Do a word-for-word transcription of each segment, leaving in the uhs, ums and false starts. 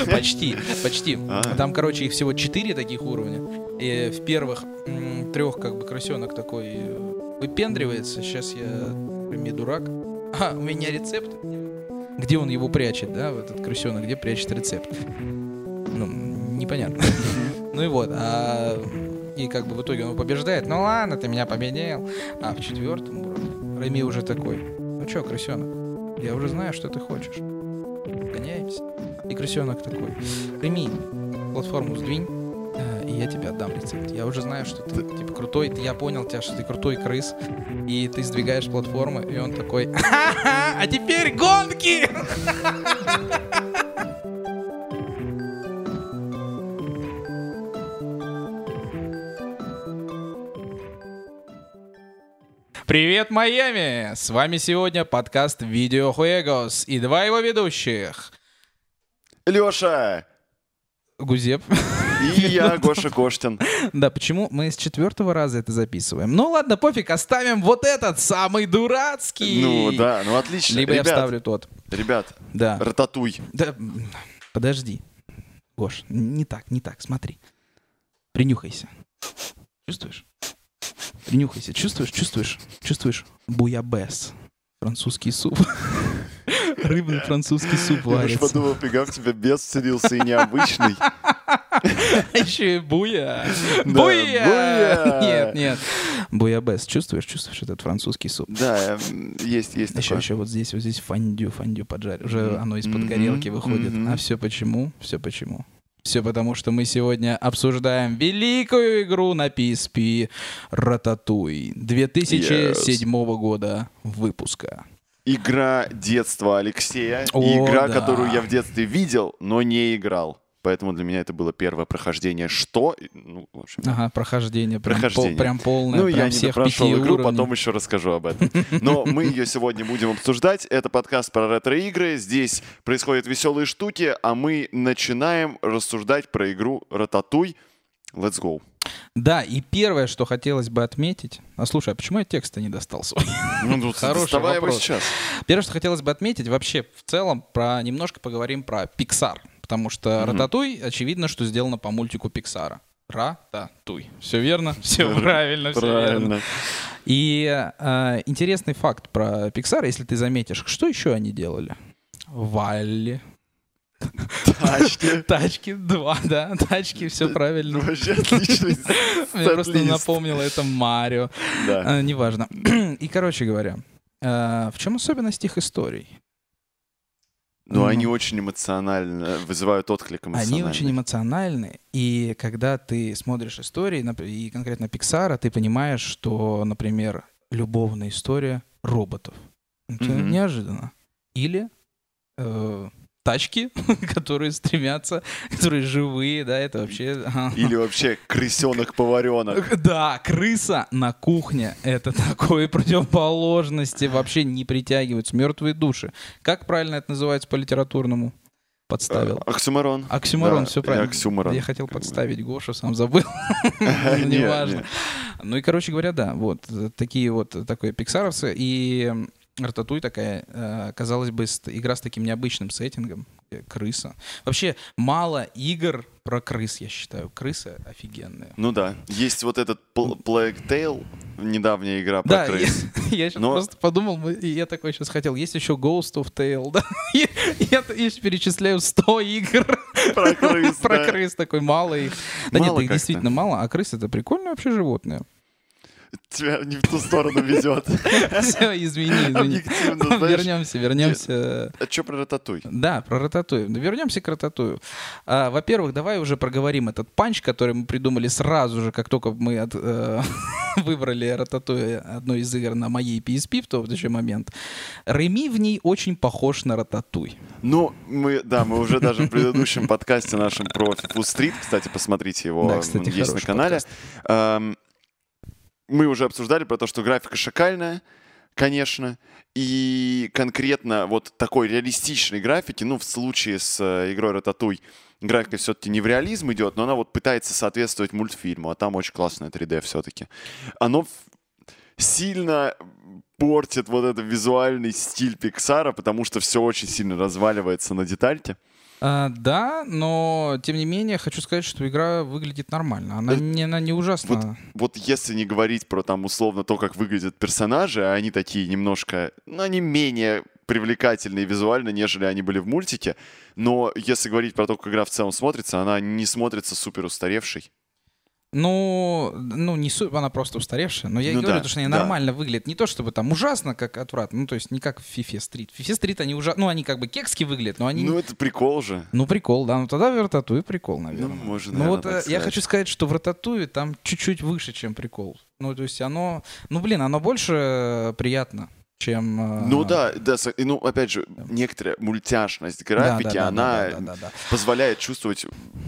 Почти, почти. А. Там, короче, их всего четыре таких уровня. И в первых м, трех как бы крысенок такой э, выпендривается. Сейчас я не дурак. А, у меня рецепт. Где он его прячет, да, в этот крысенок, где прячет рецепт? Ну, непонятно. Ну и вот, а... И как бы в итоге он побеждает. Ну ладно, ты меня победил. А в четвертом уровне Реми уже такой: ну чё, крысенок, я уже знаю, что ты хочешь. Гоняемся. И крысенок такой: Реми, платформу сдвинь, э, и я тебе отдам рецепт. Я уже знаю, что ты типа крутой, ты, я понял тебя, что ты крутой крыс. И ты сдвигаешь платформы, и он такой: ха-ха, а теперь гонки! Привет, Майами! С вами сегодня подкаст Videojuegos и два его ведущих. Лёша! Гузеп. И я, Гоша Коштин. Да, почему мы с четвертого раза это записываем? Ну ладно, пофиг, оставим вот этот, самый дурацкий. Ну да, ну отлично. Либо ребят, я вставлю тот. Ребят, Да. рататуй. Да, подожди. Гош, не так, не так, смотри. Принюхайся. Чувствуешь? Принюхайся. Чувствуешь, чувствуешь, чувствуешь? Буябес. Французский суп. Рыбный французский суп Я уж варится. подумал, фига, в тебя бес вселился и необычный. Еще и буя. Да, Буя! буя! Нет, нет. Буябес. Чувствуешь, чувствуешь этот французский суп? Да, м, есть, есть Еще, такое. еще вот здесь, вот здесь фондю, фондю поджарь. Уже Мгм. оно из-под Мгм. горелки выходит. Мгм. А все почему? Все почему? Все потому, что мы сегодня обсуждаем великую игру на пи эс пи Рататуй две тысячи седьмого года выпуска. Игра детства Алексея. О, И игра, да. которую я в детстве видел, но не играл. Поэтому для меня это было первое прохождение. Что? Ну, в общем, Ага, прохождение. Прям, Прохождение. пол- прям полное. Ну, прям я не всех прошел пяти игру, уровней. потом еще расскажу об этом. Но мы ее сегодня будем обсуждать. Это подкаст про ретро-игры. Здесь происходят веселые штуки, а мы начинаем рассуждать про игру Рататуй. Let's go. Да, и первое, что хотелось бы отметить... А слушай, а почему я текста не достал свой? Ну, тут Хороший доставай его вопрос. сейчас. Первое, что хотелось бы отметить, вообще в целом про немножко поговорим про Pixar. Потому что Мгм. Рататуй, очевидно, что сделано по мультику Пиксара. Рататуй. Все верно? Все правильно, все верно. Правильно. И э, интересный факт про Pixar, если ты заметишь, что еще они делали? Валли. Тачки. Тачки два, да, тачки, все правильно. Вообще отличный Мне просто сет-лист. напомнило это Марио. Да. А, неважно. И, короче говоря, э, в чем особенность их историй? Но Ну, они очень эмоционально, вызывают отклик эмоциональный. Они очень эмоциональны, и когда ты смотришь истории, нап- и конкретно Пиксара, ты понимаешь, что, например, любовная история роботов. Это Мгм. неожиданно. Или э, тачки, которые стремятся, которые живые, да, это вообще... ага. Или вообще крысенок-поваренок. Да, крыса на кухне — это такой противоположности вообще не притягиваются. Мертвые души. Как правильно это называется по литературному? Подставил. Оксюморон. Оксюморон, Да, все или правильно. оксюморон. Я хотел Как бы. подставить Гошу, сам забыл. Не, Неважно. не. Ну и, короче говоря, да, вот э, такие вот э, такой пиксаровцы. И м, Рататуй такая, э, казалось бы, с- игра с таким необычным сеттингом. э, Крыса. Вообще мало игр про крыс, я считаю. Крысы офигенные. Ну да. Есть вот этот Pl- Plague Tale, недавняя игра про Да, крыс. я, сейчас Но- просто подумал, мы- и я такой сейчас хотел. Есть еще Ghost of Tale, да? Я, я, я перечисляю сто игр Про крыс, про да. крыс, такой мало их. Да Мало нет, их как-то. действительно мало, а крысы — это прикольные вообще животные. Тебя не в ту сторону везет. Все, извини, извини. Объективно, знаешь. Вернемся, вернемся. А что про Рататуй? Да, про Рататуй. Вернемся к Рататую. А, во-первых, давай уже проговорим этот панч, который мы придумали сразу же, как только мы от, э, выбрали Рататуй, одной из игр на моей пи эс пи в тот же момент. Реми в ней очень похож на Рататуй. Ну, мы, да, мы уже даже в предыдущем подкасте нашем про Фифу Стрит, кстати, посмотрите его, Да, кстати, есть на хороший канале. подкаст. Эм, Мы уже обсуждали про то, что графика шикальная, конечно, и конкретно вот такой реалистичной графики, ну, в случае с э, игрой Рататуй, графика все-таки не в реализм идет, но она вот пытается соответствовать мультфильму, а там очень классное три дэ все-таки. Оно в- сильно портит вот этот визуальный стиль Пиксара, потому что все очень сильно разваливается на детальке. А, да, но тем не менее хочу сказать, что игра выглядит нормально. Она, Э, не, она не ужасно. Вот, вот если не говорить про там условно то, как выглядят персонажи, а они такие немножко, ну, они менее привлекательные визуально, нежели они были в мультике. Но если говорить про то, как игра в целом смотрится, она не смотрится супер устаревшей. Ну, ну не су... она просто устаревшая, но я и Ну говорю, да, что они да. нормально выглядят. Не то чтобы там ужасно, как отвратно, ну то есть не как в FIFA Street. В FIFA Street они ужасно, ну они как бы кекски выглядят, но они... Ну, это прикол же. Ну, прикол, да. Ну, тогда в Рататуе прикол, Ну, наверное. можно, Ну, наверное, вот так э, я сказать. хочу сказать, что в Рататуе там чуть-чуть выше, чем прикол. Ну, то есть оно... Ну, блин, оно больше э, приятно, чем... э, Ну да, да, со- и, ну опять же, некоторая мультяшность да, графики, да, да, она да, да, да, да. позволяет чувствовать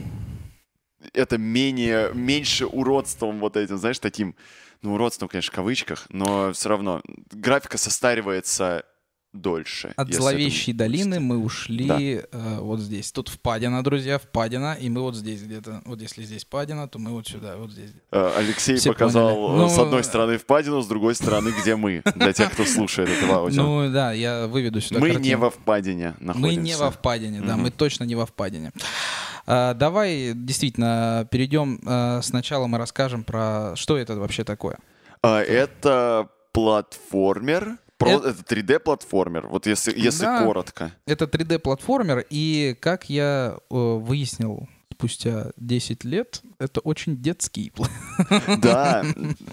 это менее, меньше уродством вот этим, знаешь, таким, ну, уродством, конечно, в кавычках, но все равно графика состаривается дольше. От если зловещей это долины мультик. мы ушли э, вот здесь. Тут впадина, друзья, впадина, и мы вот здесь где-то. Вот если здесь впадина, то мы вот сюда, вот здесь. Э, Алексей Все показал поняли. э, с Ну, одной стороны впадину, с другой стороны, где мы, для тех, кто слушает это аудио. Ну да, я выведу сюда Мы картинку. не во впадине находимся. Мы не во впадине, да, Мгм. мы точно не во впадине. А, давай действительно перейдем. а, сначала мы расскажем про что это вообще такое. А, Это платформер, про- Это- это три дэ-платформер, вот если, если Да. коротко. Это три дэ-платформер, и как я э, выяснил спустя десять лет, это очень детский. Да,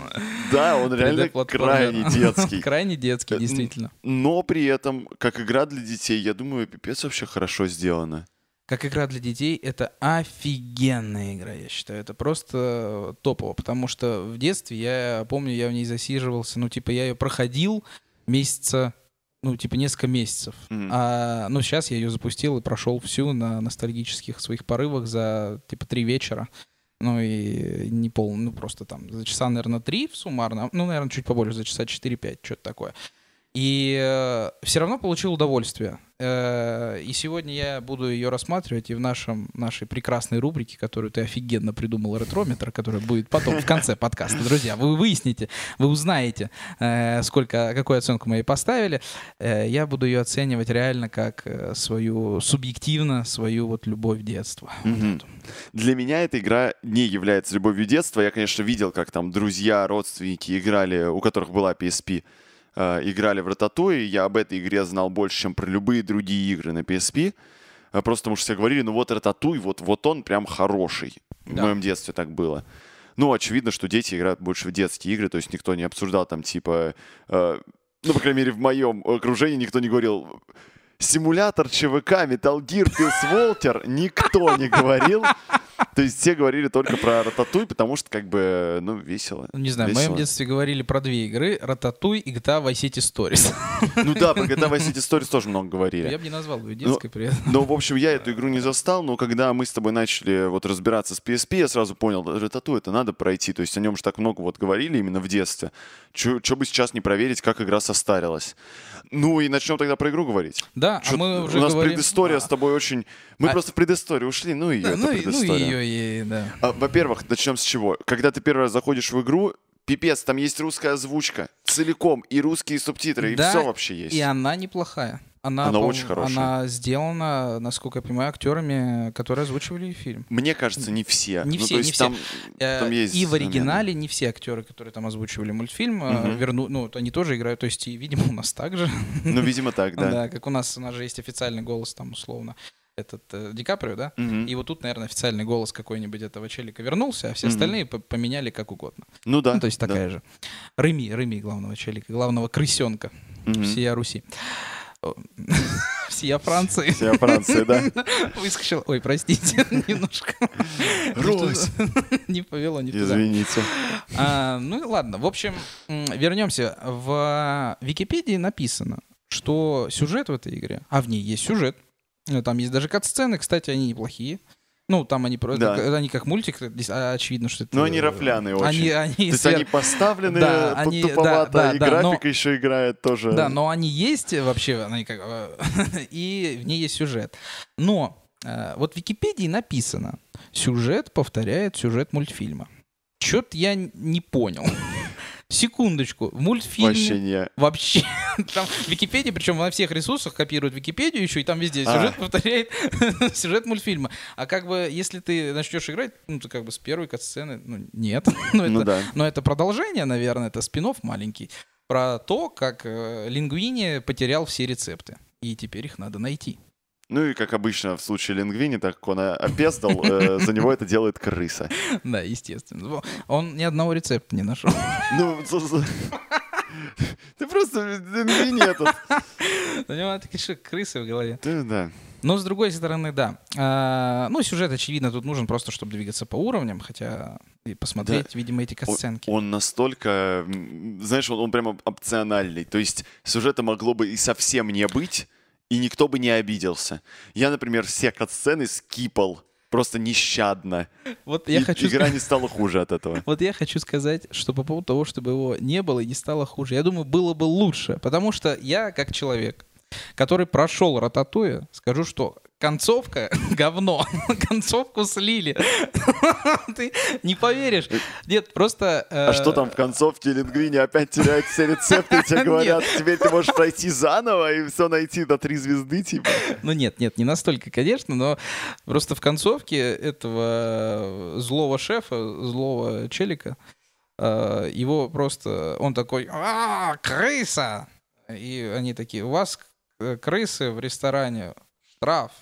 да, он реально 3D-платформер. крайне детский. Крайне детский, Э, н- действительно. Но при этом, как игра для детей, я думаю, пипец вообще хорошо сделано. Как игра для детей, это офигенная игра, я считаю. Это просто топово, потому что в детстве, я помню, я в ней засиживался, ну, типа, я ее проходил месяца, ну, типа, несколько месяцев. Мгм. А, ну, сейчас я ее запустил и прошел всю на ностальгических своих порывах за, типа, три вечера. Ну, и не пол, ну, просто там за часа, наверное, три суммарно. Ну, наверное, чуть побольше, за часа четыре-пять, что-то такое. И э, все равно получил удовольствие. Э, и сегодня я буду ее рассматривать и в нашем, нашей прекрасной рубрике, которую ты офигенно придумал, ретрометр, которая будет потом в конце подкаста. Друзья, вы выясните, вы узнаете, э, сколько, какую оценку мы ей поставили. Э, я буду ее оценивать реально как э, свою, субъективно, свою вот любовь детства. Вот Мгм. эту. Для меня эта игра не является любовью детства. Я, конечно, видел, как там друзья, родственники играли, у которых была пи эс пи, э, играли в Рататуй. Я об этой игре знал больше, чем про любые другие игры на пи эс пи. Э, Просто потому что все говорили, ну вот Рататуй, вот, вот он прям хороший. В Да. моем детстве так было. Ну, очевидно, что дети играют больше в детские игры, то есть никто не обсуждал там типа... э, ну, по крайней мере, в моем окружении никто не говорил... Симулятор ЧВК, Metal Gear, Pills Walter, никто не говорил. То есть все говорили только про Рататуй, потому что как бы, ну, весело. Ну, не знаю, в Весело. моем детстве говорили про две игры: Рататуй и джи ти эй Vice City Stories. Ну да, про джи ти эй Vice City Stories тоже много Я говорили. бы не назвал ее детской при этом. Но, в общем, я эту игру не застал, но когда мы с тобой начали вот разбираться с пи эс пи, я сразу понял, Рататуй это надо пройти. То есть о нем же так много вот говорили именно в детстве. Че бы сейчас не проверить, как игра состарилась. Ну и начнем тогда про игру говорить. Да, Чё- а мы уже у нас говорим... предыстория А, с тобой очень... Мы А- просто в предысторию ушли, ну и да, это ну, и, ну предыстория. и ее, и, да. А, Во-первых, начнем с чего? Когда ты первый раз заходишь в игру, пипец, там есть русская озвучка целиком, и русские субтитры, и Да, все вообще есть. И она неплохая. Она, Она по- очень хорошая. Она сделана, насколько я понимаю, актерами, которые озвучивали фильм. Мне кажется, не все. Не Ну, все, то есть не все. там, Э, там есть и в замены. оригинале не все актеры, которые там озвучивали мультфильм, э, Мгм. верну, ну, вот они тоже играют. То есть, и, видимо, у нас так же. Ну, видимо, так, да. Да, как у нас, у нас же есть официальный голос, там, условно, этот э, Ди Каприо, да? Мгм. И вот тут, наверное, официальный голос какой-нибудь этого челика вернулся, а все Мгм. остальные по- поменяли как угодно. Ну да. Ну, то есть да. такая же. Реми, Реми главного челика, главного крысенка Мгм. всея Руси. О, Всея Франции. Вся Франция, да. Выскочил. Ой, простите, немножко. Русь. Не повело, не туда. Извините. А, ну и ладно. В общем, м, вернемся. В Википедии написано, что сюжет в этой игре, а в ней есть сюжет. Ну, там есть даже кат-сцены, кстати, они неплохие. Ну, там они просто, Да. они как мультик, здесь, а, очевидно, что это... Ну, они рафляные очень. Они, они То есть свер- они поставлены Да, под они- туповато, да, да, и да, графика но- еще играет тоже. Да, но они есть вообще, они как, э, и в ней есть сюжет. Но э, вот в Википедии написано, сюжет повторяет сюжет мультфильма. Чё-то я н- не понял. Секундочку, в мультфильме... Вообще не. Вообще, Там Википедия, причем на всех ресурсах копирует Википедию еще, и там везде сюжет повторяет сюжет мультфильма. А как бы, если ты начнешь играть, ну, ты как бы с первой катсцены, ну, нет. но, это, Ну да. но это продолжение, наверное, это спин-офф маленький. Про то, как э, Лингвини потерял все рецепты. И теперь их надо найти. Ну и, как обычно, в случае Лингвини, так как он опездал, э, за него это делает крыса. Да, естественно. Он ни одного рецепта не нашел. Ну, ты просто Лингвини этот. У него такие крысы в голове. Да. Но, с другой стороны, да. А, ну, сюжет, очевидно, тут нужен просто, чтобы двигаться по уровням, хотя и посмотреть, да. видимо, эти катсценки. Он, он настолько, знаешь, он, он прямо опциональный. То есть сюжета могло бы и совсем не быть, и никто бы не обиделся. Я, например, все катсцены скипал просто нещадно. Вот я и хочу игра ск... не стала хуже от этого. Вот я хочу сказать, что по поводу того, чтобы его не было и не стало хуже, я думаю, было бы лучше. Потому что я, как человек, который прошел Рататуя, скажу, что концовка — говно. Концовку слили. Ты не поверишь. Нет, просто... А что там в концовке? Лингвини опять теряет все рецепты, и тебе говорят, теперь ты можешь пройти заново и все найти до три звезды, типа. Ну нет, нет, не настолько, конечно, но просто в концовке этого злого шефа, злого челика, его просто... Он такой: «А, крыса!» И они такие: «У вас крысы в ресторане, штраф».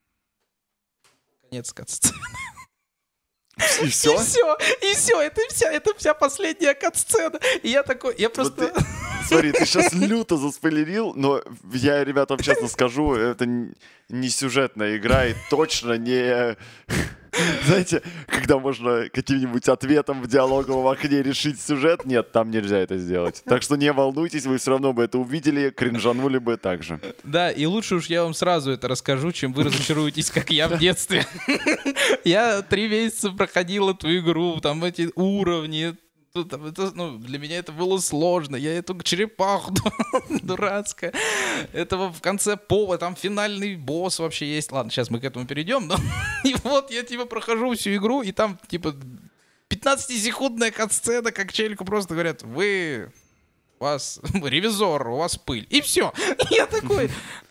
Конец катсцены. И все? И все, и все, это вся, это вся последняя катсцена. И я такой, я просто... Вот ты, смотри, ты сейчас люто заспойлерил, но я, ребят, вам честно скажу, это не сюжетная игра и точно не... Знаете, когда можно каким-нибудь ответом в диалоговом окне решить сюжет, нет, там нельзя это сделать. Так что не волнуйтесь, вы все равно бы это увидели, кринжанули бы так же. Да, и лучше уж я вам сразу это расскажу, чем вы разочаруетесь, как я в детстве. Я три месяца проходил эту игру, там эти уровни. Это, ну, для меня это было сложно. Я эту черепаху дурацкая. Этого в конце пола, там финальный босс вообще есть. Ладно, сейчас мы к этому перейдем. Но... И вот я типа прохожу всю игру, и там типа пятнадцатисекундная катсцена, как челику просто говорят: вы... У вас ревизор, у вас пыль. И все. Я такой...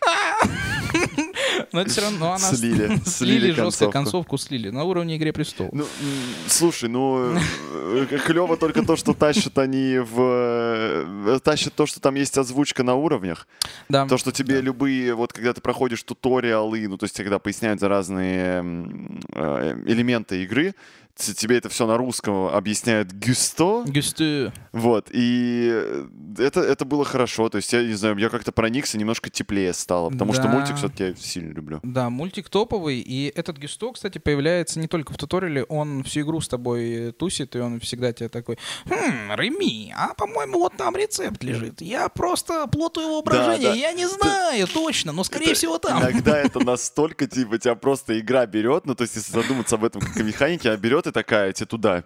Но это все равно она... Слили. Слили жестко, концовку слили. На уровне «Игры престолов». Ну, слушай, ну, клево только то, что тащат они в... Тащат то, что там есть озвучка на уровнях. Да. То, что тебе да. любые... Вот когда ты проходишь туториалы, ну, то есть когда поясняют за разные элементы игры, тебе это все на русском объясняет Гюсто. Гюсто. Вот, и это, это было хорошо. То есть, я не знаю, я как-то проникся, немножко теплее стало, потому да. что мультик все-таки я сильно люблю. Да, мультик топовый, и этот Гюсто, кстати, появляется не только в туториале, он всю игру с тобой тусит, и он всегда тебе такой: хм, Реми, а по-моему вот там рецепт лежит. Я просто плутаю воображение, да, да. я не знаю ты... точно, но скорее это, всего там. Иногда это настолько, типа, тебя просто игра берет, ну, то есть, если задуматься об этом как о механике, она берет и такая, тебе туда.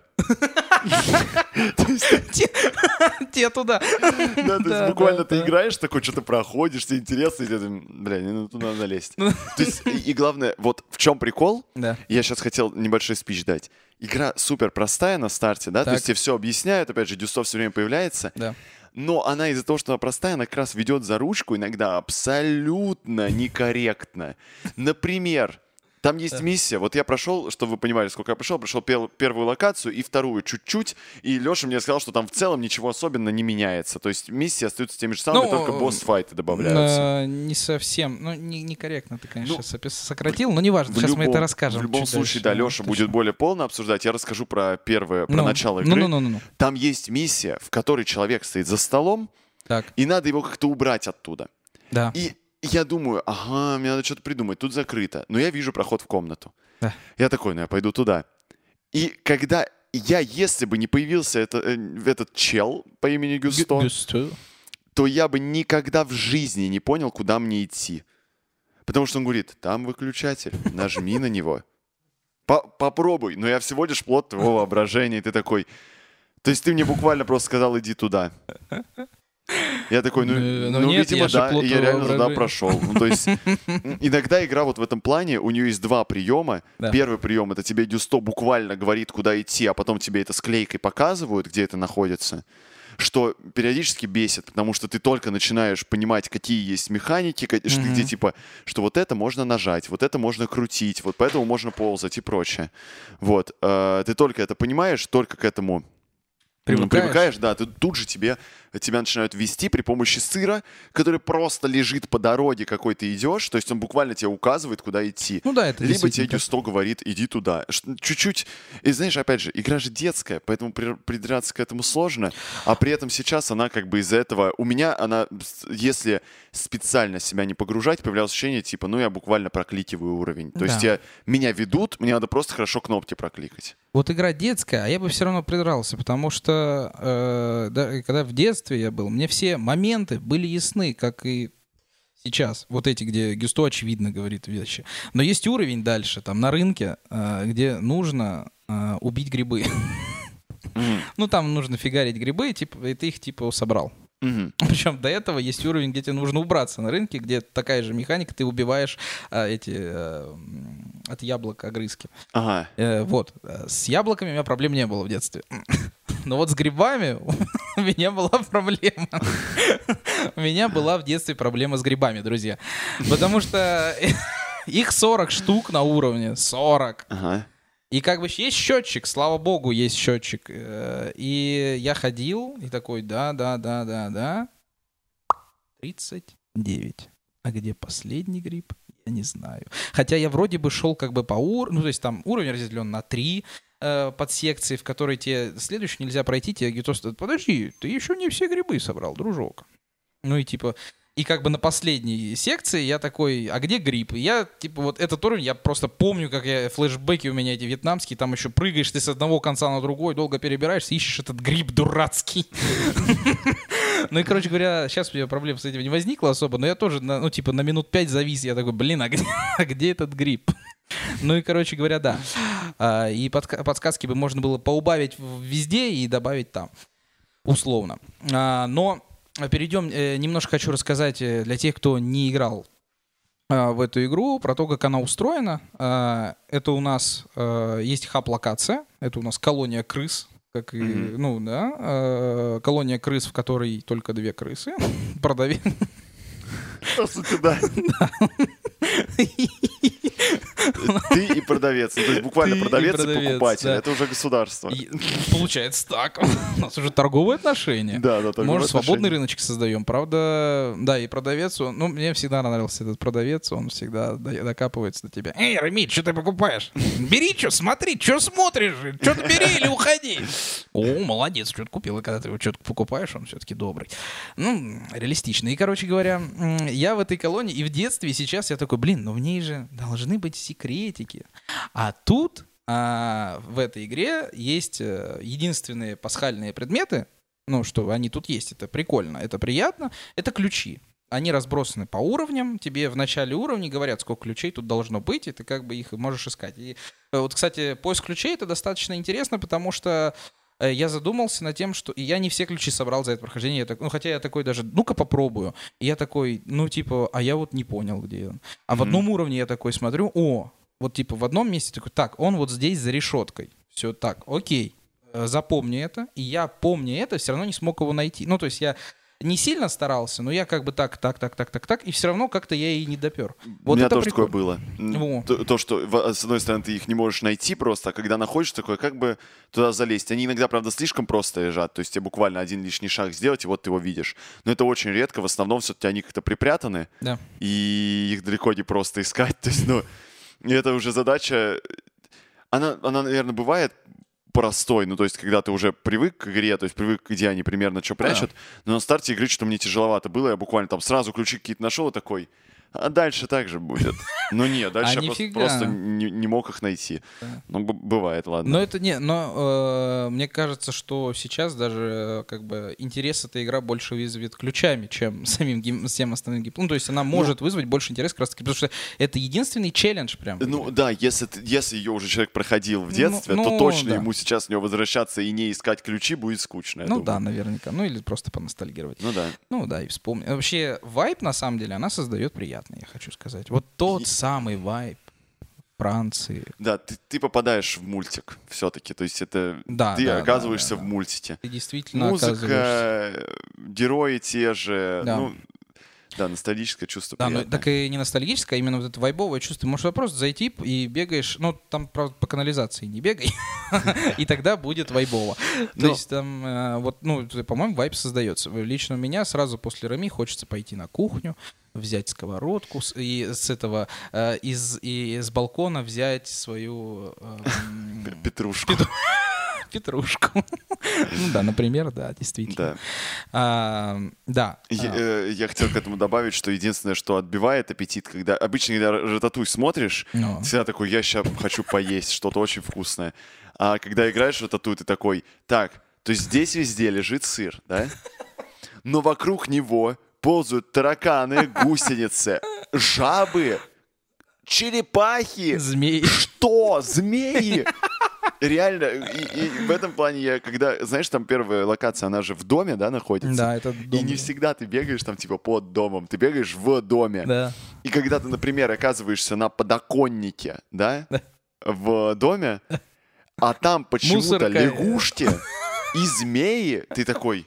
Те туда. Да, то есть буквально ты играешь, такой, что-то проходишь, тебе интересно, и тебе, бля, ну туда надо лезть. То есть, и главное, вот в чем прикол, я сейчас хотел небольшой спич дать. Игра супер простая на старте, да, то есть тебе все объясняют, опять же, Дюсто все время появляется. Но она из-за того, что она простая, она как раз ведет за ручку иногда абсолютно некорректно. Например, там есть да. миссия. Вот я прошел, чтобы вы понимали, сколько я прошел, прошел пер- первую локацию и вторую чуть-чуть. И Леша мне сказал, что там в целом ничего особенно не меняется. То есть миссии остаются теми же самыми, ну, только босс-файты добавляются. Э, не совсем. Ну, не, некорректно ты, конечно, ну, сейчас сократил, но неважно. Сейчас любом, мы это расскажем. В любом случае, дальше. да, Леша ну, будет точно. более полно обсуждать. Я расскажу про первое, про ну, начало игры. Ну, ну, ну, ну. Там есть миссия, в которой человек стоит за столом, так. и надо его как-то убрать оттуда. Да. И я думаю, ага, мне надо что-то придумать, тут закрыто. Но я вижу проход в комнату. Да. Я такой, ну я пойду туда. И когда я, если бы не появился это, э, этот чел по имени Гюсто, Гюсто, то я бы никогда в жизни не понял, куда мне идти. Потому что он говорит, там выключатель, нажми на него. Попробуй, но я всего лишь плод твоего воображения. И ты такой, то есть ты мне буквально просто сказал, иди туда. Я такой, ну, ну, ну нет, видимо, да, и я реально туда прошел. Ну, то есть иногда игра вот в этом плане, у нее есть два приема. Да. Первый прием — это тебе Дюсто буквально говорит, куда идти, а потом тебе это склейкой показывают, где это находится. что периодически бесит, потому что ты только начинаешь понимать, какие есть механики, mm-hmm. где типа, что вот это можно нажать, вот это можно крутить, вот поэтому можно ползать и прочее. Вот. Ты только это понимаешь, только к этому Привыкаешь? привыкаешь, да, ты, тут же тебе, тебя начинают вести при помощи сыра, который просто лежит по дороге, какой ты идешь, то есть он буквально тебе указывает, куда идти. Ну да, это Либо тебе Гюсто говорит, иди туда. Чуть-чуть, и знаешь, опять же, игра же детская, поэтому при, придраться к этому сложно, а при этом сейчас она как бы из-за этого, у меня она, если специально себя не погружать, появлялось ощущение, типа, ну я буквально прокликиваю уровень. То да. есть я, меня ведут, мне надо просто хорошо кнопки прокликать. Вот игра детская, а я бы все равно придрался, потому что э, да, когда в детстве я был, мне все моменты были ясны, как и сейчас. Вот эти, где Гюсто очевидно говорит вещи. Но есть уровень дальше, там на рынке, э, где нужно э, убить грибы. Mm-hmm. Ну, там нужно фигарить грибы, типа, и ты их типа собрал. Mm-hmm. Причем до этого есть уровень, где тебе нужно убраться на рынке, где такая же механика, ты убиваешь а, эти а, от яблок огрызки. Ага. Э, вот. С яблоками у меня проблем не было в детстве. Но вот с грибами у меня была проблема. У меня была в детстве проблема с грибами, друзья. Потому что их сорок штук на уровне. сорок. Ага. И как бы есть счетчик, слава богу, есть счетчик. И я ходил, и такой, да, да, да, да, да. тридцать девять. А где последний гриб? Я не знаю. Хотя я вроде бы шел как бы по уровню, ну то есть там уровень разделен на три э, подсекции, в которой тебе следующий нельзя пройти, тебе говорит, подожди, ты еще не все грибы собрал, дружок. Ну и типа... И как бы на последней секции я такой, а где гриб? И я, типа, вот этот уровень, я просто помню, как я, флешбеки у меня эти вьетнамские, там еще прыгаешь ты с одного конца на другой, долго перебираешься, ищешь этот гриб дурацкий. Ну и, короче говоря, сейчас у меня проблем с этим не возникло особо, но я тоже, ну, типа, на минут пять завис, я такой, блин, а где, а где этот гриб? Ну и, короче говоря, да. И подсказки бы можно было поубавить везде и добавить там, условно. Но... Перейдем, э, немножко хочу рассказать э, для тех, кто не играл э, в эту игру, про то, как она устроена. Э, это у нас э, есть хаб-локация, это у нас колония крыс, как и, mm-hmm. ну да, э, колония крыс, в которой только две крысы. Продавец. По сути, да. Ты и продавец. То есть буквально Ты продавец и, продавец, и покупатель. да. Это уже государство. И, получается так. У нас уже торговые отношения. Да, да, торговые Может, свободный отношения. рыночек создаем. Правда, да, и продавец, он, ну, мне всегда нравился этот продавец, он всегда докапывается до тебя. Эй, Рамиль, что ты покупаешь? Бери, что, смотри, что смотришь? Что-то бери или уходи. О, молодец, что-то купил. И когда ты его что-то покупаешь, он все-таки добрый. Ну, реалистично. И, короче говоря, я в этой колонии, и в детстве, и сейчас я такой, блин, ну в ней же должны быть секретики. А тут а, в этой игре есть единственные пасхальные предметы, ну, что они тут есть, это прикольно, это приятно, это ключи. Они разбросаны по уровням, тебе в начале уровня говорят, сколько ключей тут должно быть, и ты как бы их можешь искать. И вот, кстати, поиск ключей — это достаточно интересно, потому что я задумался над тем, что... И я не все ключи собрал за это прохождение. Я так... Ну, хотя я такой даже, ну-ка попробую. И я такой, ну, типа, а я вот не понял, где он. А mm-hmm. в одном уровне я такой смотрю, о, вот типа в одном месте такой, так, он вот здесь за решеткой. Все так, окей, запомни это. И я, помня это, все равно не смог его найти. Ну, то есть я не сильно старался, но я как бы так, так, так, так, так, так, и все равно как-то я и не допер. Вот У меня это тоже прикольно. такое было. То, то, что, с одной стороны, ты их не можешь найти просто, а когда находишь, такое, как бы туда залезть. Они иногда, правда, слишком просто лежат, то есть тебе буквально один лишний шаг сделать, и вот ты его видишь. Но это очень редко, в основном все-таки они как-то припрятаны, да. И их далеко не просто искать. То есть, ну, и это уже задача, она, она, наверное, бывает простой, ну, то есть, когда ты уже привык к игре, то есть, привык, где они примерно что прячут, yeah. но на старте игры что-то мне тяжеловато было, я буквально там сразу ключи какие-то нашел и такой, а дальше так же будет. Ну нет, дальше а я просто, просто не, не мог их найти. Да. Ну, б- бывает, ладно. Но это не, но э, мне кажется, что сейчас даже как бы интерес эта игра больше вызовет ключами, чем самим гейм, всем остальным геймплеем. Ну, то есть она может ну, вызвать больше интерес как раз таки, потому что это единственный челлендж прям. Ну да, если, если ее уже человек проходил в детстве, ну, то ну, точно да. ему сейчас в нее возвращаться и не искать ключи будет скучно. Ну думаю. да, наверняка. Ну или просто поностальгировать. Ну да. Ну да, и вспомнить. Вообще вайб, на самом деле, она создает приятный, я хочу сказать. Вот тот и... самый вайб Франции. Да, ты, ты попадаешь в мультик все-таки. То есть это Да, ты да, оказываешься да, да, в да. мультике. Ты действительно оказываешься. Музыка, герои те же. Да. Ну, да, ностальгическое чувство Да, ну приятное. так и не ностальгическое, а именно вот это вайбовое чувство. Можешь просто зайти и бегаешь, ну там, правда, по канализации не бегай, и тогда будет вайбово. То есть там, э, вот, ну, по-моему, вайб создается. Лично у меня сразу после Рами хочется пойти на кухню, взять сковородку с- и с этого, э, из, и с балкона взять свою э, П- м, Петрушку. петрушку. Ну да, например, да, действительно. Да. А, Да. Я, а, э, я хотел к этому добавить, что единственное, что отбивает аппетит, когда обычно, когда рататуй смотришь, Ну. всегда такой, я сейчас хочу поесть что-то очень вкусное. А когда играешь в рататуй, ты такой, так, то есть здесь везде лежит сыр, да? Но вокруг него ползают тараканы, гусеницы, жабы, черепахи. Змей. Что? Змеи? Реально, и, и в этом плане я, когда, знаешь, там первая локация, она же в доме, да, находится? Да, это И дом. не всегда ты бегаешь там, типа, под домом, ты бегаешь в доме. Да. И когда ты, например, оказываешься на подоконнике, да, в доме, а там почему-то Мусорка. лягушки и змеи, ты такой...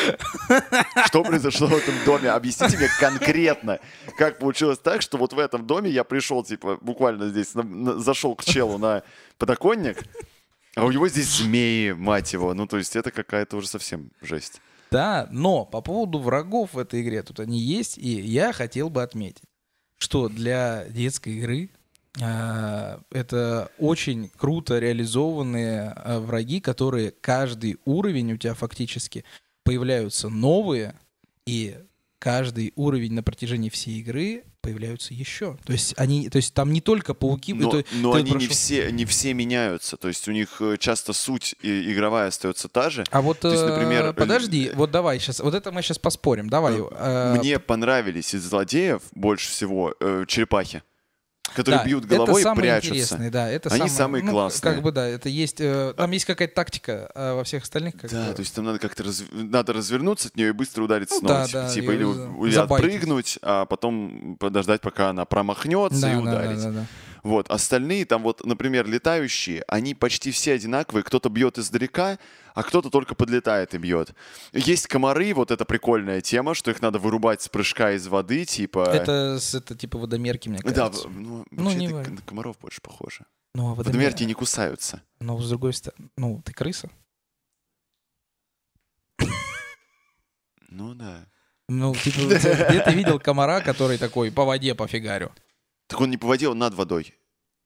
Что произошло в этом доме? Объясните мне конкретно, как получилось так, что вот в этом доме я пришел, типа, буквально здесь, на- на- зашел к челу на подоконник, а у него здесь змеи, мать его. Ну, то есть это какая-то уже совсем жесть. Да, но по поводу врагов в этой игре, тут они есть, и я хотел бы отметить, что для детской игры а, это очень круто реализованные а, враги, которые каждый уровень у тебя фактически появляются новые, и каждый уровень на протяжении всей игры появляются еще. То есть они, то есть там не только пауки, Но, то- но ты они не прошел- все, не все меняются. То есть у них э, часто суть и- игровая остается та же. А вот, То есть, э, например, подожди, э, вот давай сейчас, вот это мы сейчас поспорим, давай. э, Мне понравились из злодеев больше всего э, черепахи, которые Да, бьют головой это и самые прячутся. интересные, да, это Они самые, самые ну, классные. Как бы да, это есть, э, там есть какая-то тактика, а во всех остальных как Да, бы- то есть там надо как-то раз- надо развернуться от нее и быстро ударить Ну снова. да, типа, да, типа, и или, за- у- или забайтить. отпрыгнуть, а потом подождать, пока она промахнется, да, и да, ударить. да, да, да. Вот. Остальные, там вот, например, летающие, они почти все одинаковые. Кто-то бьет издалека, а кто-то только подлетает и бьет. Есть комары, вот это прикольная тема, что их надо вырубать с прыжка из воды, типа... Это, с- это типа водомерки, мне Да, кажется. в- ну, Ну, вообще не это важно. на комаров больше похоже. Ну, а водомер- Водомерки не кусаются. Но с другой стороны, ну, ты крыса. Ну да. Ну, типа, где ты видел комара, который такой по воде пофигарю? Так он не по воде, он над водой.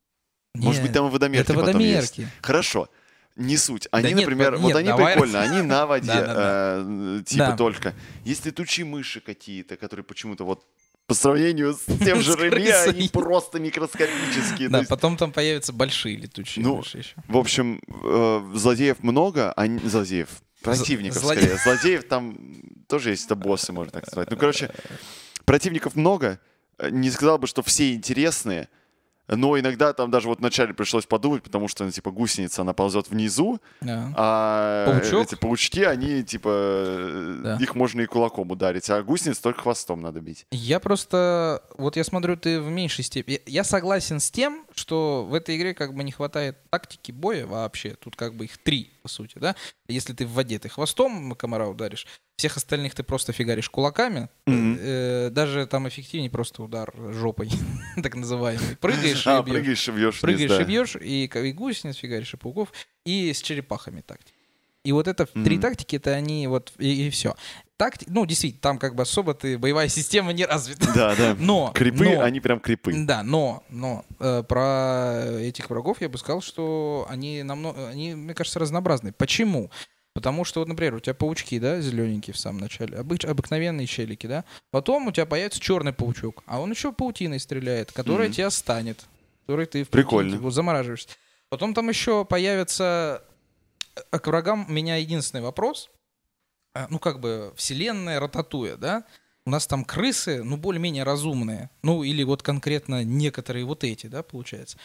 Может быть, Нет, там и водомерки это потом есть. водомерки. Хорошо. Не суть. Они, нет, например, вот- вот нет, они давай. прикольно, они на воде, Да-да-да. э, типа Да. только. Есть летучие мыши какие-то, которые почему-то вот по сравнению с тем же С Реми, крысой. они просто микроскопические. То Да, есть, потом там появятся большие летучие Ну, мыши еще. в общем, э, злодеев много, они... Злодеев. Противников, злоде- скорее. Злодеев там тоже есть, это боссы, можно так сказать. Ну, короче, противников много. Э, Не сказал бы, что все интересные. Но иногда там даже вот вначале пришлось подумать, потому что, ну, типа, гусеница, она ползет внизу, Да. а Паучок? эти паучки, они, типа, э, Да. их можно и кулаком ударить, а гусениц только хвостом надо бить. Я просто, вот я смотрю, ты в меньшей степени. Я согласен с тем, что в этой игре как бы не хватает тактики боя вообще. Тут как бы их три, по сути, да. Если ты в воде, ты хвостом комара ударишь, всех остальных ты просто фигаришь кулаками. Мгм. Э, даже там эффективнее просто удар жопой, так называемый. Прыгаешь и А, бьешь. прыгаешь и бьешь вниз, Прыгаешь да. и бьешь, и, к- и гусениц фигаришь, и пауков, и с черепахами тактики. И вот это Мгм. три тактики, это они вот, и, все. Такти... Ну, действительно, там как бы особо ты, боевая система не развита. Да, да. Но, Крипы, но- они прям крипы. Да, но, но э, про этих врагов я бы сказал, что они намного, они, мне кажется, разнообразны. Почему? Потому что, вот, например, у тебя паучки, да, зелененькие в самом начале, обыч- обыкновенные челики, да. Потом у тебя появится черный паучок, а он еще паутиной стреляет, которая Мгм. тебя станет, который ты в Прикольно. паутинке вот замораживаешься. Потом там еще появится а к врагам у меня единственный вопрос. А, Ну, как бы, вселенная Рататуя, да? У нас там крысы, ну, более-менее разумные. Ну, или вот конкретно некоторые вот эти, да, получается.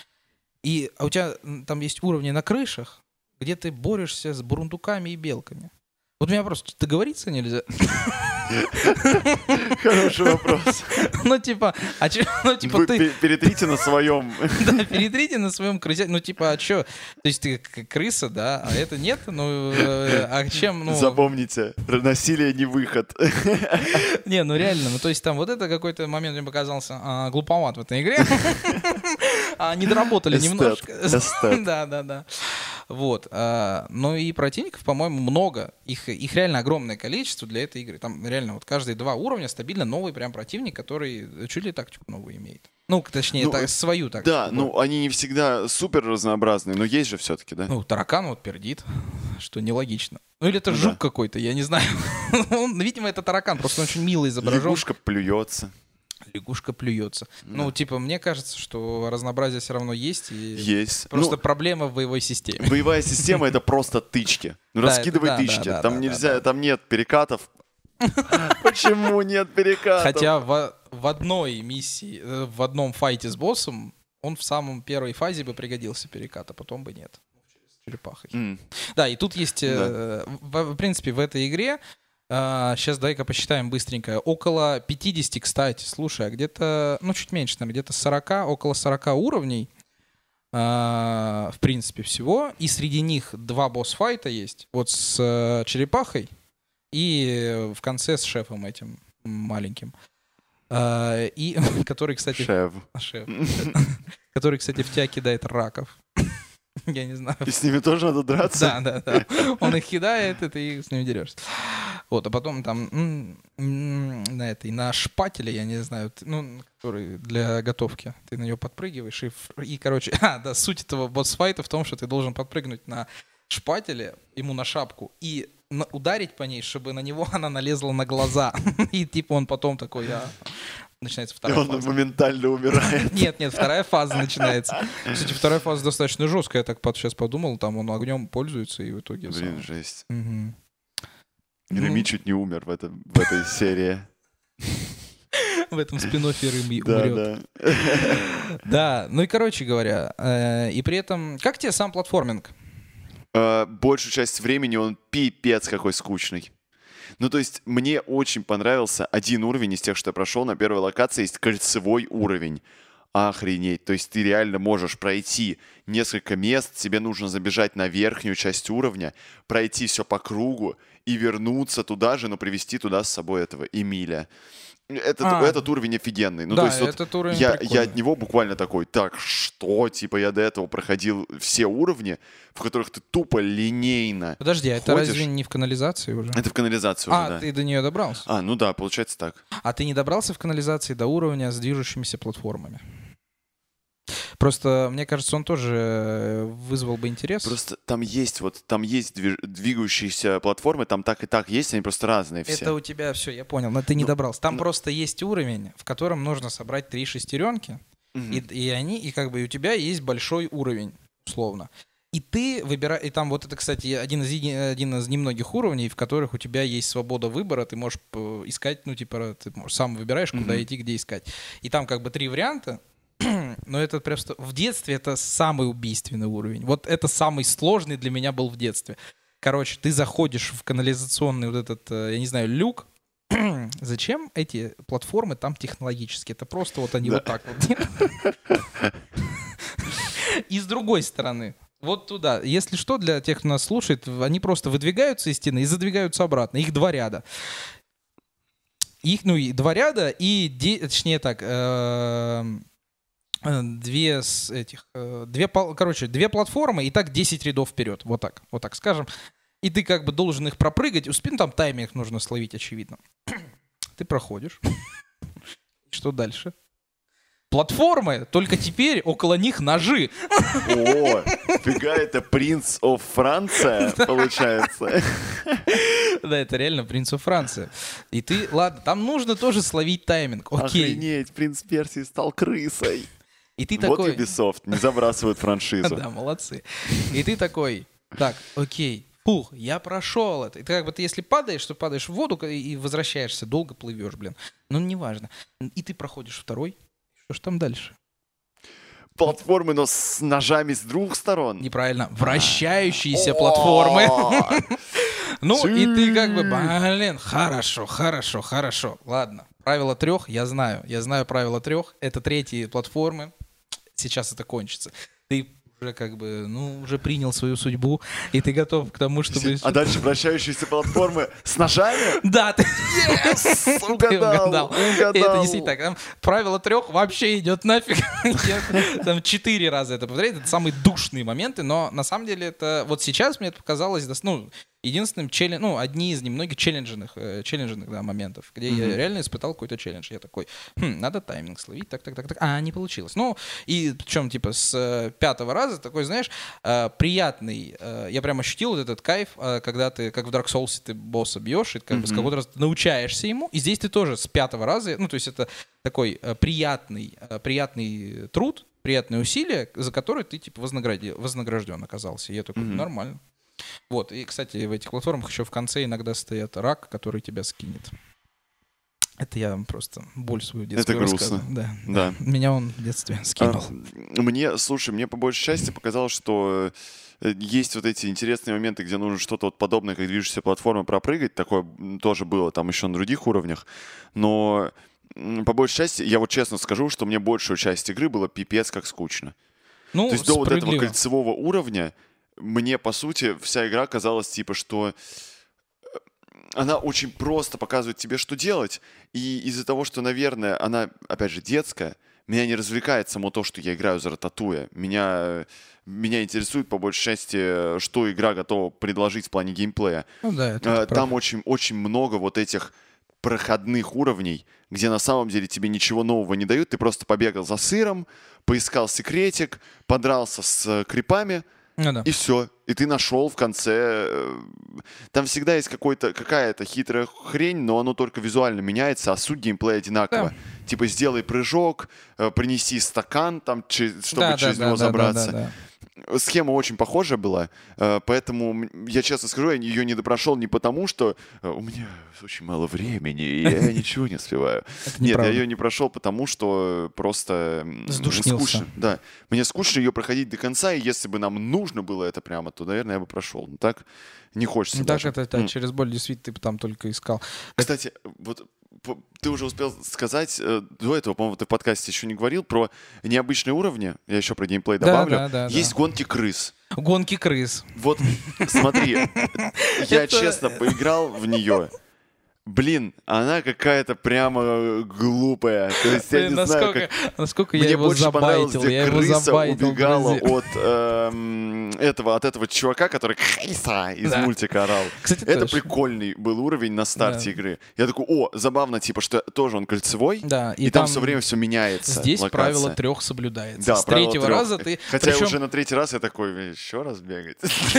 И а у тебя м, там есть уровни на крышах, где ты борешься с бурундуками и белками. Вот у меня просто договориться нельзя. Хороший вопрос. Ну, типа, а чё, ну, типа, Вы ты... пе- перетрите на своем. Да, перетрите на своем крысе. Ну, типа, а чё? То есть ты к- крыса, да, а это нет? Ну, э, а чем, ну... Запомните, насилие не выход. Не, ну реально, ну то есть там вот это какой-то момент мне показался а, глуповат в этой игре. А, не доработали Эстет, немножко. эстет. Да, да, да. Вот. а, Ну и противников, по-моему, много. Их, их реально огромное количество для этой игры. Там реально вот каждые два уровня стабильно новый прям противник, который чуть ли тактику новую имеет. Ну, точнее, Ну, так, свою тактику. Да, ну они не всегда супер разнообразные, но есть же все-таки, да? Ну, таракан вот пердит, что нелогично. Ну или это Ну жук да. какой-то, я не знаю. Он, видимо, это таракан, просто он очень мило изображен. Лягушка плюется. Лягушка плюется. Да. Ну, типа, мне кажется, что разнообразие все равно есть. И Есть. просто Ну, проблема в боевой системе. боевая система — это просто тычки. Ну, Да, раскидывай это да, тычки. да, да, Там да, нельзя, да. там нет перекатов. Почему нет перекатов? Хотя в, в одной миссии, э, в одном файте с боссом, он в самом первой фазе бы пригодился перекат, а потом бы нет. С черепахой. М, Да, и тут есть, э, в, в принципе, в этой игре, сейчас дай-ка посчитаем быстренько, около пятьдесят, кстати, слушай, а где-то, ну, чуть меньше, наверное, где-то сорок, около сорок уровней, э, в принципе, всего, и среди них два босс-файта есть, вот с э, черепахой и в конце с шефом этим маленьким. Э, и который, кстати, Шеф. шеф, который, кстати, в тебя кидает раков. Я не знаю. И с ними тоже надо драться? Да, да, да. Он их кидает, и ты с ними дерешься. Вот, а потом там м, м, на этой, на шпателе, я не знаю, ты- ну, который для готовки, ты на него подпрыгиваешь, и, ф- и короче, а, да, суть этого босс-файта в том, что ты должен подпрыгнуть на шпателе, ему на шапку, и на- ударить по ней, чтобы на него она налезла на глаза. И типа он потом такой, а... Начинается И вторая он фаза. моментально умирает. Нет, нет, вторая фаза начинается. Кстати, вторая фаза достаточно жесткая, я так под, сейчас подумал, там он огнем пользуется, и в итоге... Блин, сам- жесть. Мгм. Реми Ну, чуть не умер в, этом, в этой серии. в этом спин-оффе Реми Да, умрет. да. Да, ну и короче говоря, э, и при этом, как тебе сам платформинг? А, Большую часть времени он пипец какой скучный. Ну, то есть, мне очень понравился один уровень из тех, что я прошел. На первой локации есть кольцевой уровень. Охренеть. То есть, ты реально можешь пройти несколько мест, тебе нужно забежать на верхнюю часть уровня, пройти все по кругу и вернуться туда же, но привести туда с собой этого Эмиля. Этот, А. этот уровень офигенный. Ну, Да, то есть, вот этот уровень я, я прикольный. от него буквально такой, так, что? Типа, я до этого проходил все уровни, в которых ты тупо линейно. Подожди, а это ходишь. разве не в канализации уже? Это в канализацию уже, А, да. ты до нее добрался? А, ну да, получается так. А ты не добрался в канализации до уровня с движущимися платформами? Просто, мне кажется, он тоже э, вызвал бы интерес. Просто там есть вот, там есть движ- двигающиеся платформы, там так и так есть, они просто разные все. Это у тебя все, я понял, но ты не Ну, добрался. Там ну- просто есть уровень, в котором нужно собрать три шестеренки, Мгм. и, и они, и как бы и у тебя есть большой уровень, условно. И ты выбираешь, и там вот это, кстати, один из, еди- один из немногих уровней, в которых у тебя есть свобода выбора, ты можешь э, искать, ну, типа, ты можешь, сам выбираешь, куда Мгм. идти, где искать. И там как бы три варианта, но это просто в детстве это самый убийственный уровень. Вот это самый сложный для меня был в детстве. Короче, ты заходишь в канализационный вот этот, э, я не знаю, люк. Зачем эти платформы там технологические? Это просто вот они Да. вот так вот. И с другой стороны, вот туда. Если что, для тех, кто нас слушает, они просто выдвигаются из стены и задвигаются обратно. Их два ряда. Их, ну, и два ряда, и, де- точнее так, эм, э, две с этих, э, две, пол- короче, две платформы, и так десять рядов вперед. Вот так, вот так скажем. И ты как бы должен их пропрыгать. У спин там тайминг нужно словить, очевидно. Ты проходишь. Что дальше? Платформы, только теперь около них ножи. О, фига, это принц of Франция, получается. Да, это реально принц Франции. И ты, ладно, там нужно тоже словить тайминг. Окей. Охренеть, принц Персии стал крысой. И ты Вот такой... Ubisoft, не забрасывают франшизу. Да, молодцы. И ты такой, так, окей, фух, я прошел это. И ты как бы, ты если падаешь, то падаешь в воду и возвращаешься, долго плывешь, блин. Ну, неважно. И ты проходишь второй. Что ж там дальше? Платформы, но с ножами с двух сторон. Неправильно. Вращающиеся платформы. О, Ну, и ты как бы, блин, хорошо, хорошо, хорошо. Ладно, правило трех я знаю. Я знаю правило трех. Это третьи платформы. Сейчас это кончится. Ты уже как бы, ну, уже принял свою судьбу, и ты готов к тому, чтобы... А дальше вращающиеся платформы с ножами? Да, ты... Yes! Угадал, угадал. Это действительно так. Там правило трех вообще идет нафиг. Я там четыре раза это повторяю. Это самые душные моменты, но на самом деле это... Вот сейчас мне это показалось, ну, единственным челлендж... Ну, одни из немногих челлендженных, э, челлендженных, да, моментов, где mm-hmm. я реально испытал какой-то челлендж. Я такой, хм, надо тайминг словить, так, так, так, так. А, не получилось. Ну, и причем, типа, с э, пятого раза такой, знаешь, э, приятный... Э, я прям ощутил вот этот кайф, э, когда ты, как в Dark Souls, ты босса бьешь, и как mm-hmm. бы с какого-то раза научаешься ему, и здесь ты тоже с пятого раза, ну, то есть это такой э, приятный, э, приятный труд, приятные усилия, за которые ты, типа, вознаградил, вознагражден оказался. И я такой, mm-hmm. нормально. Вот, и, кстати, в этих платформах еще в конце иногда стоят рак, который тебя скинет. Это я вам просто боль свою детскую Это грустно. Да, да. да. Меня он в детстве скинул. А, мне, слушай, мне по большей части показалось, что есть вот эти интересные моменты, где нужно что-то вот подобное, как движущаяся платформа, пропрыгать. Такое тоже было там еще на других уровнях. Но по большей части, я вот честно скажу, что мне большую часть игры было пипец как скучно. Ну, то есть до вот этого кольцевого уровня мне, по сути, вся игра казалась, типа, что она очень просто показывает тебе, что делать. И из-за того, что, наверное, она, опять же, детская, меня не развлекает само то, что я играю за Рататуя. Меня, меня интересует, по большей части, что игра готова предложить в плане геймплея. Ну, да, это Там очень, очень много вот этих проходных уровней, где на самом деле тебе ничего нового не дают. Ты просто побегал за сыром, поискал секретик, подрался с крипами, ну, да. и все. И ты нашел в конце... Там всегда есть какой-то, какая-то хитрая хрень, но оно только визуально меняется, а суть геймплея одинакова. Да. Типа сделай прыжок, принеси стакан, там, чтобы да, через да, него да, забраться. Да, да, да. Схема очень похожая была, поэтому я честно скажу, я ее не допрошел не потому, что у меня очень мало времени, и я ничего не успеваю. Нет, я ее не прошел, потому что просто скучно. Да, мне скучно ее проходить до конца, и если бы нам нужно было это прямо, то, наверное, я бы прошел. Но так не хочется так даже. это, да, через боль действительно ты там только искал. Кстати, вот ты уже успел сказать, до этого, по-моему, ты в подкасте еще не говорил, про необычные уровни, я еще про геймплей добавлю. Да, да, да, есть да. гонки крыс. Гонки крыс. Вот, смотри, я честно поиграл в нее. Блин, она какая-то прямо глупая. То есть я не насколько, знаю, как... насколько Мне я его больше понравилось, забайтил, где я его крыса забайтил, убегала от, эм, этого, от этого чувака, который крыса из да. мультика орал. Кстати, это точно. Прикольный был уровень на старте да. игры. Я такой, о, забавно, типа, что тоже он кольцевой, да, и, и там, там все время все меняется. Здесь локация. правило трех соблюдается. Да, с третьего трех. раза ты... Хотя Причем... уже на третий раз я такой, еще раз бегать.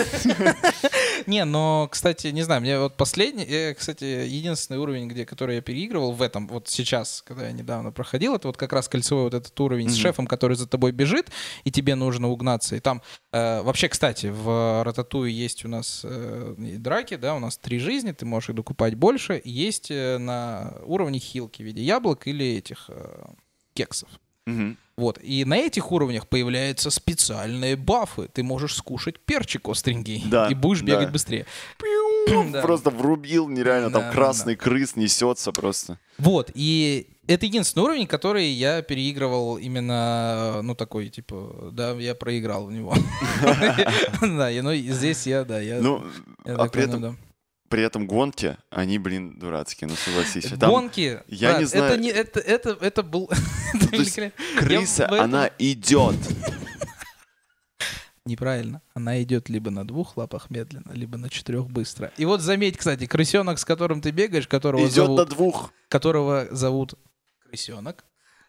Не, но, кстати, не знаю, мне вот последний, кстати, единственный уровень, где, который я переигрывал в этом, вот сейчас, когда я недавно проходил, это вот как раз кольцевой вот этот уровень с шефом, который за тобой бежит, и тебе нужно угнаться. И там, вообще, кстати, в Рататуе есть у нас драки, да, у нас три жизни, ты можешь их докупать больше, есть на уровне хилки в виде яблок или этих кексов. Mm-hmm. Вот. И на этих уровнях появляются специальные бафы. Ты можешь скушать перчик остренький, да, и будешь бегать да. быстрее. Да. Просто врубил нереально, да, там красный да. крыс несется просто. Вот, и это единственный уровень, который я переигрывал именно, ну, такой, типа, да, я проиграл в него. Да, но здесь я, да, я... Ну, а при этом... При этом гонки, они, блин, дурацкие, ну согласись. Там, гонки, я да, не знаю. Это, не, это, это, это был... То есть крыса, я она этом... идет. Неправильно. Она идет либо на двух лапах медленно, либо на четырех быстро. И вот заметь, кстати, крысенок, с которым ты бегаешь, которого идет зовут... на двух. Которого зовут крысенок.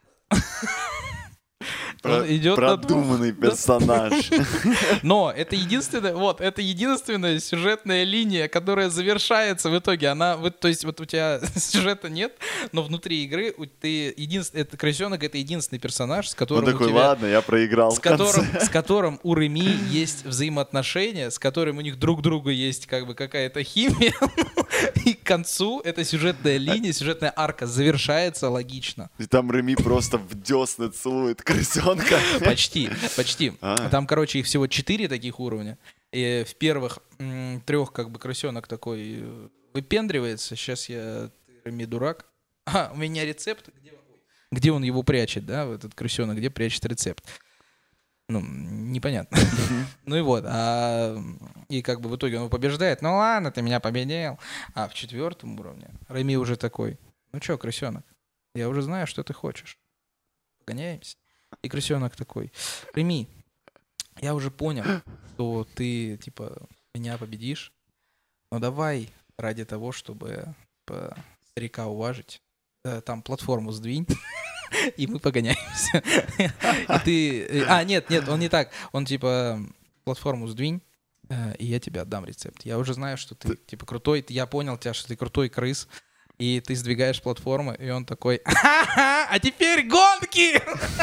Про- идет продуманный на персонаж. Но это единственная, вот, это единственная сюжетная линия, которая завершается в итоге. Она, вот, то есть, вот у тебя сюжета нет, но внутри игры ты единственный, это крысенок, это единственный персонаж, с которым Он такой, у тебя, ладно, я проиграл. С которым, с которым у Реми есть взаимоотношения, с которым у них друг другу есть как бы какая-то химия, и к концу эта сюжетная линия, сюжетная арка завершается логично. И там Реми просто в десны целует крысенка. Почти, почти. А. Там, короче, их всего четыре таких уровня. И в первых м, трех как бы крысенок такой э, выпендривается. Сейчас я Реми дурак. А, у меня рецепт. Где он, где он его прячет, да, в этот крысенок, где прячет рецепт. Ну, непонятно. Ну и вот. А, и как бы в итоге он его побеждает. Ну ладно, ты меня победил. А в четвертом уровне Реми уже такой. Ну чё, крысенок, я уже знаю, что ты хочешь. Погоняемся. И крысенок такой. Реми, я уже понял, что ты, типа, меня победишь. Но давай ради того, чтобы типа, старика уважить, э, там платформу сдвинь. И мы погоняемся. И ты... А, нет, нет, он не так. Он типа платформу сдвинь, и я тебе отдам рецепт. Я уже знаю, что ты типа крутой. Я понял тебя, что ты крутой крыс. И ты сдвигаешь платформы, и он такой... А теперь гонки!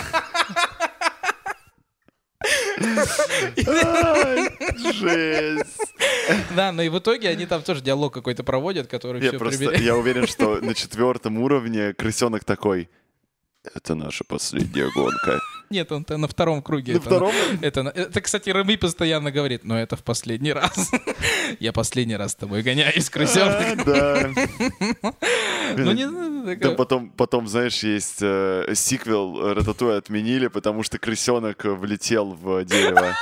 Жесть. Да, но и в итоге они там тоже диалог какой-то проводят, который Я все просто, приберет. я уверен, что на четвертом уровне крысенок такой. Это наша последняя гонка. Нет, он на втором круге. На это, втором? Это, это, кстати, Реми постоянно говорит, но это в последний раз. Я последний раз с тобой гоняюсь, крысенок. Да. Ну, не знаю, Да такая- потом, потом, знаешь, есть э, сиквел Рататуй отменили, потому что крысенок влетел в дерево.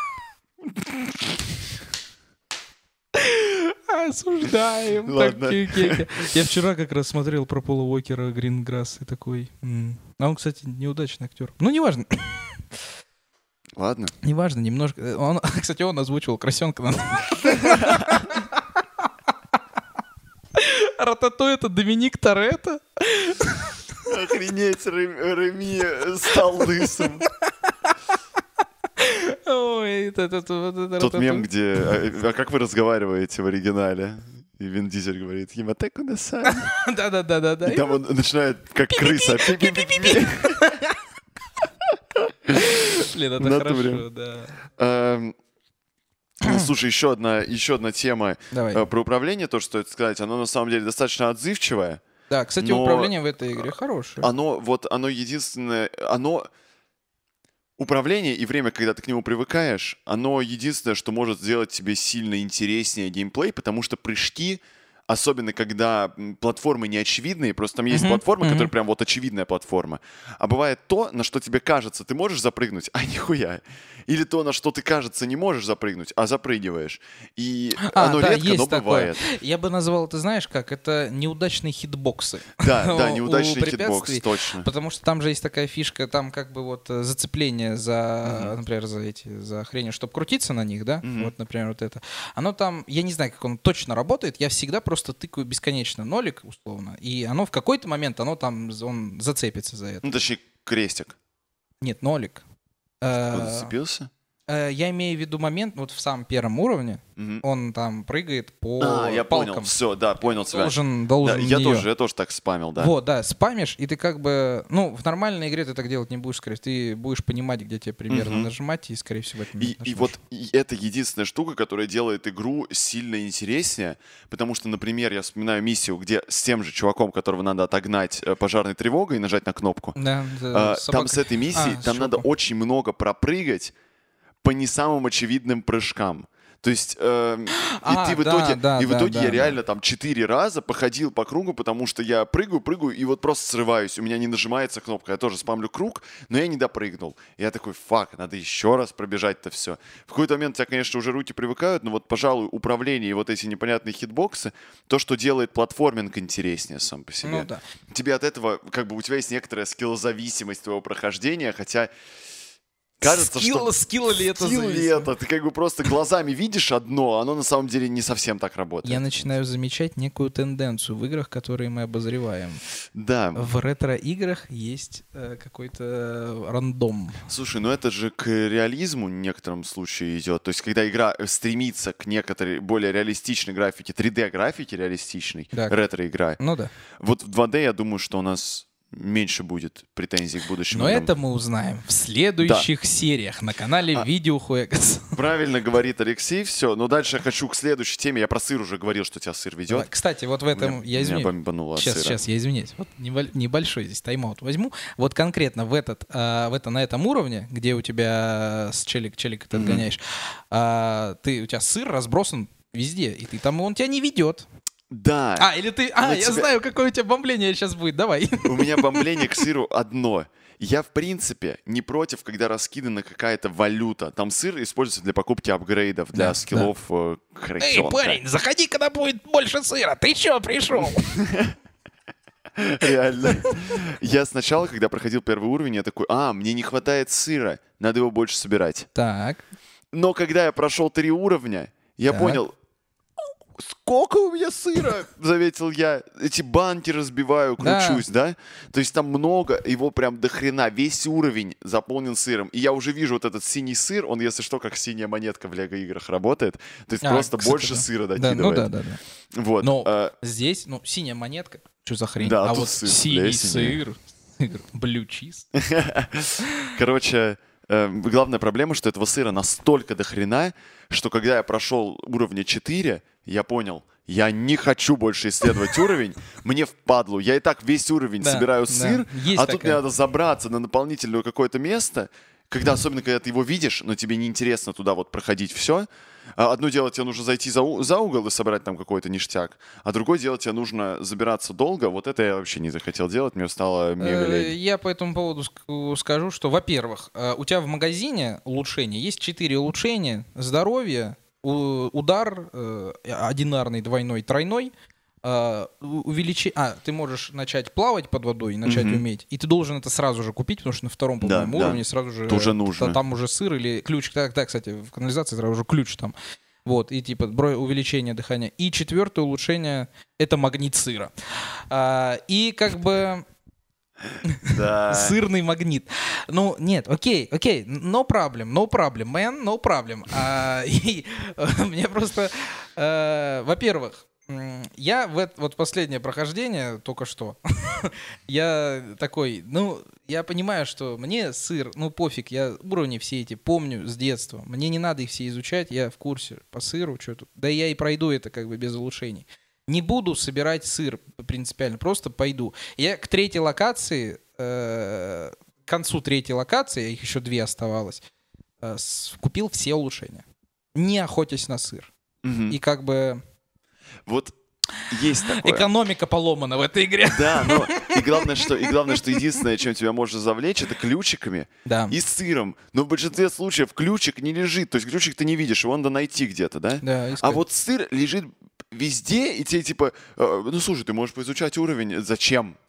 Осуждаем. Ладно. такие кеки. Я вчера как раз смотрел про Пола Уокера Гринграсс и такой... м. А он, кстати, неудачный актер. Ну, неважно. Ладно. Неважно, немножко... Он, кстати, он озвучивал крысенка. Рататуй — это Доминик Торетто. Охренеть, Рем- Реми стал лысым. Ой, это, это, это, вот это Тот Рататуй. мем, где... А, а как вы разговариваете в оригинале? И Вин Дизель говорит, «Яматеку насан». Да-да-да-да-да. И там он начинает, как крыса. Пи-пи-пи-пи. Блин, это В натуре. хорошо, да. Эм, Слушай, еще одна, еще одна тема Давай. э, про управление, то, что стоит сказать, оно на самом деле достаточно отзывчивое. Да, кстати, но- управление в этой игре хорошее. Оно, вот, оно единственное, оно... Управление и время, когда ты к нему привыкаешь, оно единственное, что может сделать тебе сильно интереснее геймплей, потому что прыжки, особенно когда м, платформы не очевидные, просто там есть Мгм, платформа, мгм. которая прям вот очевидная платформа. А бывает то, на что тебе кажется, ты можешь запрыгнуть, а нихуя. Или то, на что ты, кажется, не можешь запрыгнуть, а запрыгиваешь. И А, оно да, редко, есть но такое. бывает. Я бы назвал это, знаешь как, это неудачные хитбоксы. Да, да, у неудачный хитбокс, препятствий. точно. Потому что там же есть такая фишка, там как бы вот э, зацепление за, Мгм. например, за эти, за хрени, чтобы крутиться на них, да, Мгм. вот, например, вот это. Оно там, я не знаю, как оно точно работает, я всегда просто тыкаю бесконечно нолик, условно, и оно в какой-то момент, оно там, он зацепится за это. Ну, точнее, крестик. Нет, нолик. Э, Он зацепился? э, Я имею в виду момент, вот в самом первом уровне, Мгм. он там прыгает по А, я понял. палкам. Все, да, понял тебя. Должен, Да, должен я неё. тоже, я тоже так спамил, да. Вот, да, спамишь, и ты как бы, ну, в нормальной игре ты так делать не будешь, скорее всего. Ты будешь понимать, где тебе примерно Мгм. нажимать, и, скорее всего, это И, и вот и это единственная штука, которая делает игру сильно интереснее, потому что, например, я вспоминаю миссию, где с тем же чуваком, которого надо отогнать э, пожарной тревогой и нажать на кнопку, Да, да, а, с там собакой. с этой миссией, А, с там надо шоком. очень много пропрыгать по не самым очевидным прыжкам. То есть, эм, и А, ты в да, итоге, да, и в да, итоге да, я да. реально там четыре раза походил по кругу, потому что я прыгаю, прыгаю, и вот просто срываюсь. У меня не нажимается кнопка. Я тоже спамлю круг, но я не допрыгнул. И я такой, фак, надо еще раз пробежать-то все. В какой-то момент у тебя, конечно, уже руки привыкают, но вот, пожалуй, управление и вот эти непонятные хитбоксы, то, что делает платформинг интереснее сам по себе. Ну да. Тебе от этого, как бы, у тебя есть некоторая скиллозависимость твоего прохождения, хотя кажется, скилл, что... скилл ли это Скилл ли зависит? это? Ты как бы просто глазами видишь одно, а оно на самом деле не совсем так работает. Я начинаю замечать некую тенденцию в играх, которые мы обозреваем. Да. В ретро-играх есть э, какой-то э, рандом. Слушай, ну это же к реализму в некотором случае идет. То есть, когда игра стремится к некоторой более реалистичной графике, три дэ-графике реалистичной, Так. ретро-игра. Ну да. Вот в два дэ я думаю, что у нас меньше будет претензий к будущим Но играм. это мы узнаем в следующих да. сериях на канале а, Видео Хуэгас. Правильно говорит Алексей, все. Но дальше я хочу к следующей теме. Я про сыр уже говорил, что тебя сыр ведет. Да, кстати, вот в этом... Меня, я извиняюсь. Меня бомбануло от сейчас, сыра. сейчас, я извиняюсь. Вот небольшой здесь тайм-аут возьму. Вот конкретно в этот, а, в это, на этом уровне, где у тебя с челик, челик ты отгоняешь, mm-hmm. а, ты, у тебя сыр разбросан везде, и ты там, он тебя не ведет. Да. А, или ты... А, я тебя... знаю, какое у тебя бомбление сейчас будет, давай. У меня бомбление к сыру одно. Я, в принципе, не против, когда раскидана какая-то валюта. Там сыр используется для покупки апгрейдов, для да, да. скиллов крысенка. Эй, парень, заходи, когда будет больше сыра. Ты чё пришел? Реально. Я сначала, когда проходил первый уровень, я такой, а, мне не хватает сыра, надо его больше собирать. Так. Но когда я прошел три уровня, я так. понял... Сколько у меня сыра, заметил я. Эти банки разбиваю, кручусь, да. да? То есть там много, его прям до хрена. Весь уровень заполнен сыром. И я уже вижу вот этот синий сыр, он, если что, как синяя монетка в лего-играх работает. То есть а, просто кстати, больше да. сыра докидывает. Да, ну да, да, да. Вот. Но а... здесь, ну, синяя монетка, что за хрень? Да, а вот сыр, синий сыр, blue cheese. Короче... Главная проблема, что этого сыра настолько до хрена, что когда я прошел уровня четыре, я понял, я не хочу больше исследовать уровень, мне впадлу. Я и так весь уровень да, собираю сыр, да. а такая. Тут мне надо забраться на наполнительное какое-то место, когда, особенно когда ты его видишь, но тебе неинтересно туда вот проходить все. Одно дело, тебе нужно зайти за, у- за угол и собрать там какой-то ништяк, а другое дело, тебе нужно забираться долго. Вот это я вообще не захотел делать, мне стало мега лень. Я по этому поводу скажу, что, во-первых, у тебя в магазине улучшения есть четыре улучшения: здоровье, удар, одинарный, двойной, тройной, увеличение... А, ты можешь начать плавать под водой и начать mm-hmm. уметь, и ты должен это сразу же купить, потому что на втором, по-моему, да, уровне да. сразу же... Тоже нужно. Там уже сыр или ключ. Да, да, кстати, в канализации сразу же ключ там. Вот, и типа увеличение дыхания. И четвертое улучшение — это магнит сыра. А, и как бы... Да. Сырный магнит. Ну, нет, окей, окей, no problem, no problem, man, no problem. А, и, мне просто... А, во-первых, я в это вот последнее прохождение только что, я такой, ну, я понимаю, что мне сыр, ну, пофиг, я уровни все эти помню с детства, мне не надо их все изучать, я в курсе по сыру, что тут, да я и пройду это как бы без улучшений. Не буду собирать сыр принципиально, просто пойду. Я к третьей локации, э, к концу третьей локации, их еще две оставалось, э, с, купил все улучшения, не охотясь на сыр. Mm-hmm. И как бы... Вот есть такое. Экономика поломана в этой игре. Да, но и главное, что, и главное, что единственное, чем тебя можно завлечь, это ключиками да. и сыром. Но в большинстве случаев ключик не лежит. То есть ключик ты не видишь, его надо найти где-то, да? Да, а вот сыр лежит везде, и тебе типа, э, ну слушай, ты можешь поизучать уровень. Зачем?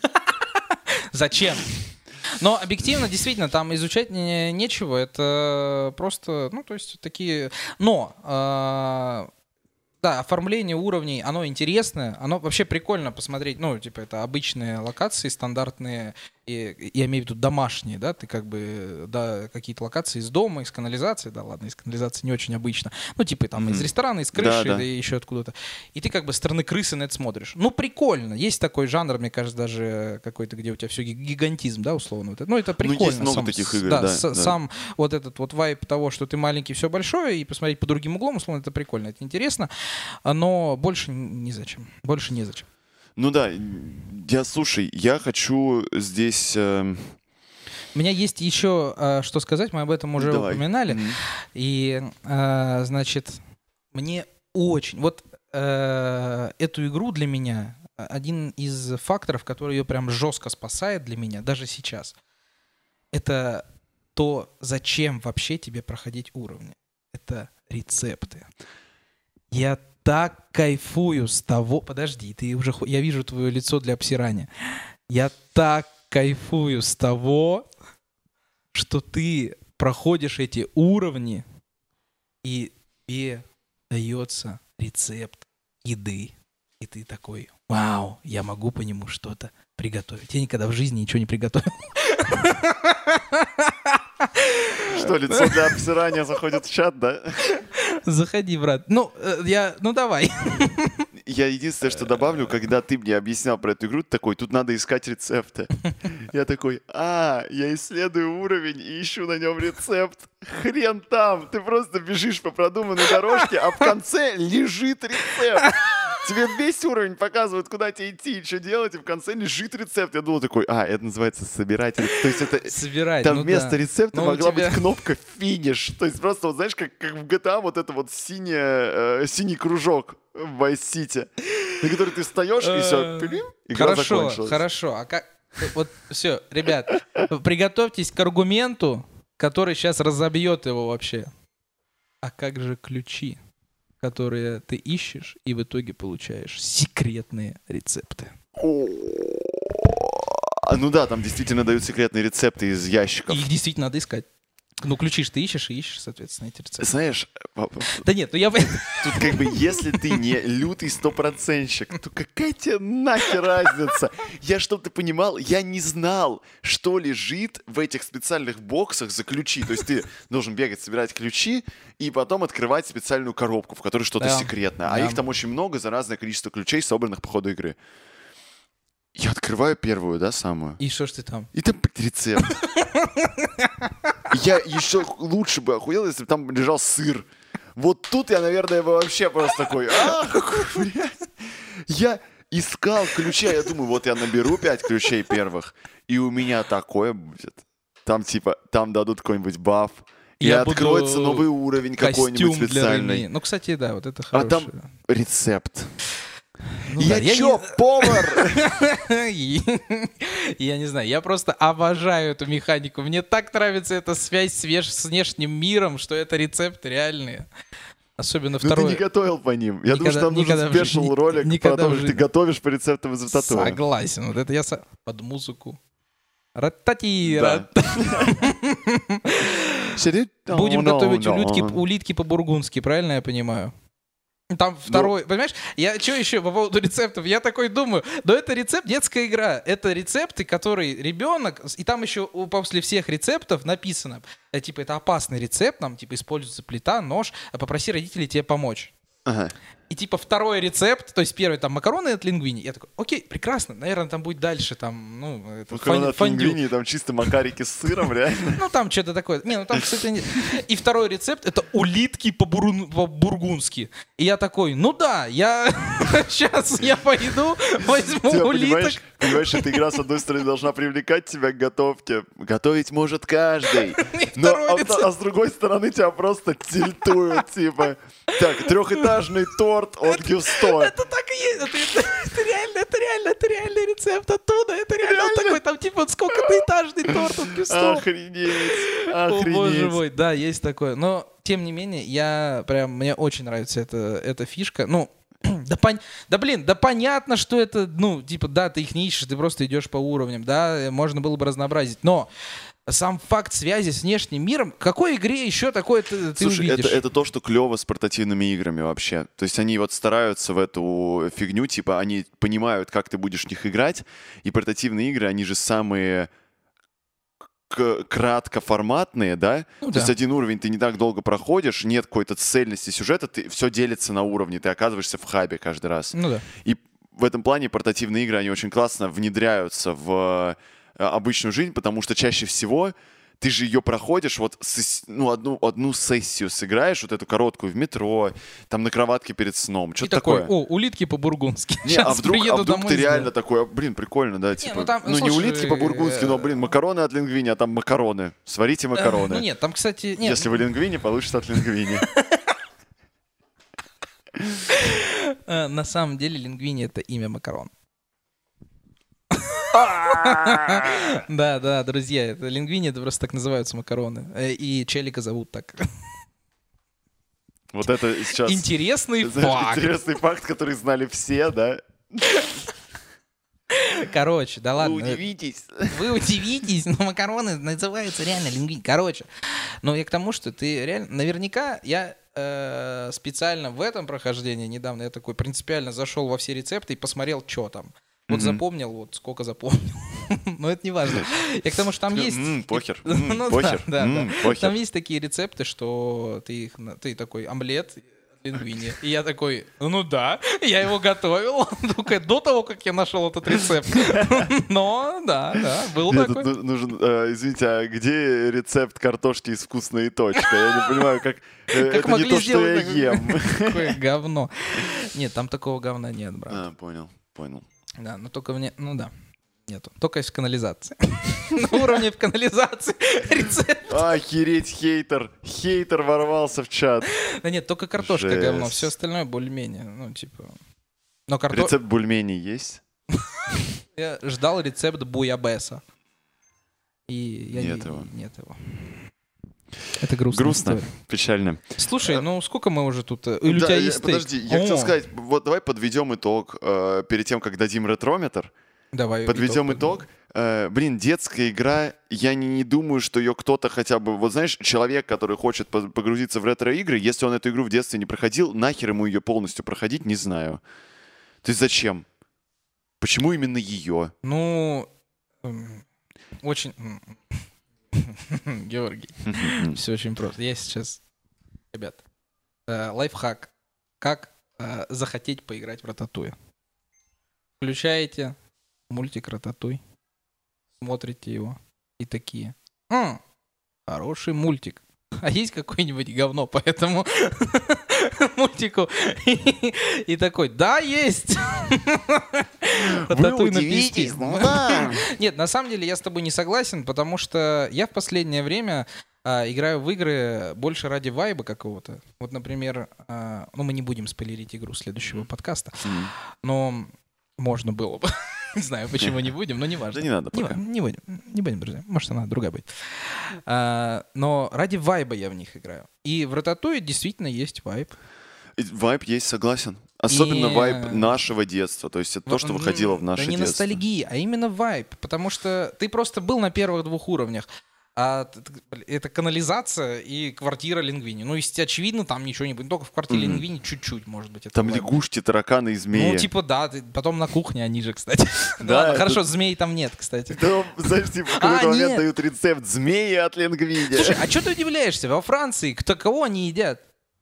Зачем? Но объективно, действительно, там изучать не, нечего. Это просто, ну, то есть такие... Но... Э, да, оформление уровней, оно интересное, оно вообще прикольно посмотреть, ну, типа, это обычные локации, стандартные, и, я имею в виду домашние, да, ты как бы, да, какие-то локации из дома, из канализации, да, ладно, из канализации не очень обычно, ну, типа, там, mm-hmm. из ресторана, из крыши, да, да. да, и еще откуда-то, и ты как бы с стороны крысы на это смотришь. Ну, прикольно, есть такой жанр, мне кажется, даже какой-то, где у тебя все гигантизм, да, условно, вот это. Ну, это прикольно. Ну, есть много сам, таких игр, да, да, с, да. Сам вот этот вот вайб того, что ты маленький, все большое, и посмотреть по другим углом, условно, это прикольно, это интересно, но больше не зачем. Больше не зачем. Ну да, я, слушай, я хочу здесь... Э... У меня есть еще э, что сказать, мы об этом уже Давай. упоминали. Mm-hmm. И, э, значит, мне очень... Вот э, эту игру для меня, один из факторов, который ее прям жестко спасает для меня, даже сейчас, это то, зачем вообще тебе проходить уровни. Это рецепты. Я так кайфую с того... Подожди, ты уже... Я вижу твое лицо для обсирания. Я так кайфую с того, что ты проходишь эти уровни, и тебе дается рецепт еды. И ты такой, вау, я могу по нему что-то приготовить. Я никогда в жизни ничего не приготовил. Что, лицо для обсирания заходит в чат, да? Заходи, брат. Ну, я, ну давай. я единственное, что добавлю, когда ты мне объяснял про эту игру, ты такой, тут надо искать рецепты. Я такой, а, я исследую уровень и ищу на нем рецепт. Хрен там, ты просто бежишь по продуманной дорожке, а в конце лежит рецепт. Тебе весь уровень показывают, куда тебе идти и что делать, и в конце лежит рецепт. Я думал такой, а, это называется собирать рецепт. То есть это Собирать, там ну вместо да. рецепта Но у могла тебя- быть кнопка финиш. То есть просто, вот знаешь, как, как в джи ти эй вот это вот синяя, э, синий кружок в Vice City, на который ты встаешь, и все, игра Хорошо, закончилась. хорошо. А как... Вот все, ребят, приготовьтесь к аргументу, который сейчас разобьет его вообще. А как же ключи, которые ты ищешь, и в итоге получаешь секретные рецепты? А, ну да, там действительно дают секретные рецепты из ящиков. Их действительно надо искать. Ну, ключи ж ты ищешь и ищешь, соответственно, эти рецепты. Знаешь, папа, Да нет, ну я... тут как бы, если ты не лютый стопроцентщик, то какая тебе нахер разница? Я, чтобы ты понимал, я не знал, что лежит в этих специальных боксах за ключи. То есть ты должен бегать, собирать ключи и потом открывать специальную коробку, в которой что-то Да. секретное. А Да. их там очень много за разное количество ключей, собранных по ходу игры. Я открываю первую, да, самую. И что ж ты там? И там блядь, рецепт. Я еще лучше бы охуел, если бы там лежал сыр. Вот тут я, наверное, бы вообще просто такой, ах, блядь. Я искал ключи, а я думаю, вот я наберу пять ключей первых, и у меня такое будет. Там типа, там дадут какой-нибудь баф, и Я буду откроется новый уровень какой-нибудь Костюм для специальный. Реми. Ну, кстати, да, вот это А хорошее. там рецепт. Ну я да, я чё, не- повар? Я не знаю, я просто обожаю эту механику. Мне так нравится эта связь с веш- с внешним миром, что это рецепты реальные. Особенно Ну ты второй. не готовил по ним. Я думаю, Никогда- что нам нужен никогда в жизни- спешл ролик про никогда то, в что ты жизни. готовишь по рецептам из Рататуя. Согласен. Вот это я со- под музыку. Ратати, Да. Будем No, no, готовить no. улитки, улитки по-бургундски, правильно я понимаю? Там второй, понимаешь? Я что еще по поводу рецептов? Я такой думаю, да это рецепт, детская игра. Это рецепты, которые ребенок, и там еще у- после всех рецептов написано, э, типа, это опасный рецепт, нам, типа, используется плита, нож, а попроси родителей тебе помочь. Ага. И типа второй рецепт, то есть первый там макароны от лингвини. Я такой, окей, прекрасно, наверное, там будет дальше там, ну, это, Макароны фон- от фондю. лингвини, там чисто макарики с сыром, реально. Ну, там что-то такое. Не, ну там, кстати, нет. И второй рецепт — это улитки по-бурун- по-бургундски. И я такой, ну да, я сейчас я пойду, возьму Тебя, улиток. понимаешь, понимаешь, эта игра, с одной стороны, должна привлекать тебя к готовке. Готовить может каждый. Но, второй а, рецепт. а с другой стороны, тебя просто тильтуют, типа. Так, трехэтажный торт от Гюсто. Это так и есть. Это, это- это реально, это реально, это реальный рецепт оттуда. Это реально он такой, там типа вот сколько-то этажный торт от Гюсто. Охренеть, О, боже охренеть. мой, да, есть такое. Но, тем не менее, я прям, мне очень нравится эта, эта фишка. Ну, да, пон... да блин, да понятно, что это, ну, типа, да, ты их не ищешь, ты просто идешь по уровням, да, можно было бы разнообразить. Но сам факт связи с внешним миром, в какой игре еще такое ты, ты Слушай, увидишь? это, это то, что клево с портативными играми вообще. То есть они вот стараются в эту фигню, типа они понимают, как ты будешь в них играть, и портативные игры, они же самые к- краткоформатные, да? Ну То да. есть один уровень ты не так долго проходишь, нет какой-то цельности сюжета, ты, все делится на уровне, ты оказываешься в хабе каждый раз. Ну да. И в этом плане портативные игры, они очень классно внедряются в э, обычную жизнь, потому что чаще всего ты же ее проходишь, вот сес- ну, одну, одну сессию сыграешь, вот эту короткую в метро, там на кроватке перед сном, И что-то такой, такое. о, улитки по-бургундски. Не, а Сейчас вдруг, а приеду вдруг домой ты и реально сделаю. такой, а, блин, прикольно, да, типа, ну там, ну, не слушай, улитки по-бургундски, но, блин, макароны от лингвини, а там макароны. Сварите макароны. Ну нет, там, кстати, нет. Если вы лингвини, получится от лингвини. Э, На самом деле лингвини — это имя макарон. Да, да, друзья, это лингвини, это просто так называются макароны. Э, И челика зовут так. Вот это сейчас... Интересный знаешь, факт. интересный факт, который знали все, да? Короче, да ладно. э, Удивитесь. Вы удивитесь, но макароны называются реально лингвини. Короче, но я к тому, что ты реально... Наверняка я э, специально в этом прохождении недавно, я такой принципиально зашел во все рецепты и посмотрел, что там. Вот Мгм. запомнил, вот сколько запомнил. Но это не важно. Я к тому, что там есть... М, похер, Ну м, да, похер, да, м, да. похер. Там есть такие рецепты, что ты их, на- ты такой омлет, лингвини. И я такой, ну да, я его готовил только до того, как я нашел этот рецепт. Но, да, да, был Мне такой. тут нужен, э, извините, а где рецепт картошки из вкусной точка? Я не понимаю, как... э, Как это не могли то, что я сделать ем. такое говно? Нет, там такого говна нет, брат. А, понял, понял. Да, но только мне, ну да, нету. Только из канализации. На уровне в канализации рецепт. Охереть, хейтер. Хейтер ворвался в чат. Да нет, только картошка Жесть. говно, все остальное более-менее, ну типа... Но картошка... Рецепт бульмени есть? Я ждал рецепт буябеса. И я Нет не... его. Нет его. Это грустно. Грустно, печально. Слушай, ну сколько мы уже тут... Или у Да, тебя я- есть стейк? Подожди, я О, хотел сказать, вот давай подведем итог э, перед тем, как дадим ретрометр. Давай. Подведем итог. Э, блин, детская игра, я не, не думаю, что ее кто-то хотя бы... Вот знаешь, человек, который хочет по- погрузиться в ретро-игры, если он эту игру в детстве не проходил, нахер ему ее полностью проходить, не знаю. То есть зачем? Почему именно ее? Ну, эм, очень... Георгий, все очень просто. Я сейчас... Ребят, э, лайфхак. Как э, захотеть поиграть в Рататуя. Включаете мультик Рататуй, смотрите его и такие: «М, хороший мультик. А есть какое-нибудь говно по этому мультику?» И такой: да, есть. Рататуй на пизде. Нет, на самом деле я с тобой не согласен, потому что я в последнее время а, играю в игры больше ради вайба какого-то. Вот, например, а, ну мы не будем спойлерить игру следующего подкаста, но можно было бы. Не знаю, почему не будем, но не важно. Да не надо Не, пока. ва- не будем, не будем, друзья. Может, она другая будет. А, но ради вайба я в них играю. И в Рататуе действительно есть вайб. И Вайб есть, согласен. Особенно И- вайб нашего детства. То есть это то, что выходило в наше Да не детство. ностальгия, а именно вайб. Потому что ты просто был на первых двух уровнях. А т- т- блин, это канализация и квартира Лингвини. Ну, есть, очевидно, там ничего не будет. Только в квартире Мгм. Лингвини чуть-чуть, может быть. Это Там вайб. лягушки, тараканы и змеи. Ну, типа, да, ты- потом на кухне они же, кстати. Да, Да, ладно, это- хорошо, змей там нет, кстати. Да, знаешь, типа, в А, какой-то момент нет. дают рецепт змеи от Лингвини. Слушай, а что ты удивляешься? Во Франции кто кого они едят?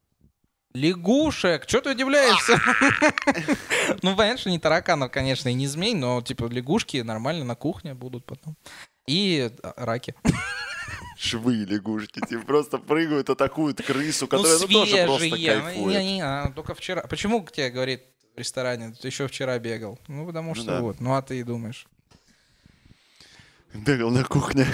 Лягушек. Что ты удивляешься? Ну, понятно, что не тараканов, конечно, и не змей, но, типа, лягушки нормально на кухне будут потом. И а, раки. Живые лягушки, типа, просто прыгают, атакуют крысу, Ну, которая ну, тоже просто свежие. кайфует. Не, не, а, только вчера. Почему тебе говорит в ресторане? Ты еще вчера бегал. Ну, потому что да. вот. Ну, а ты думаешь. Бегал на кухне.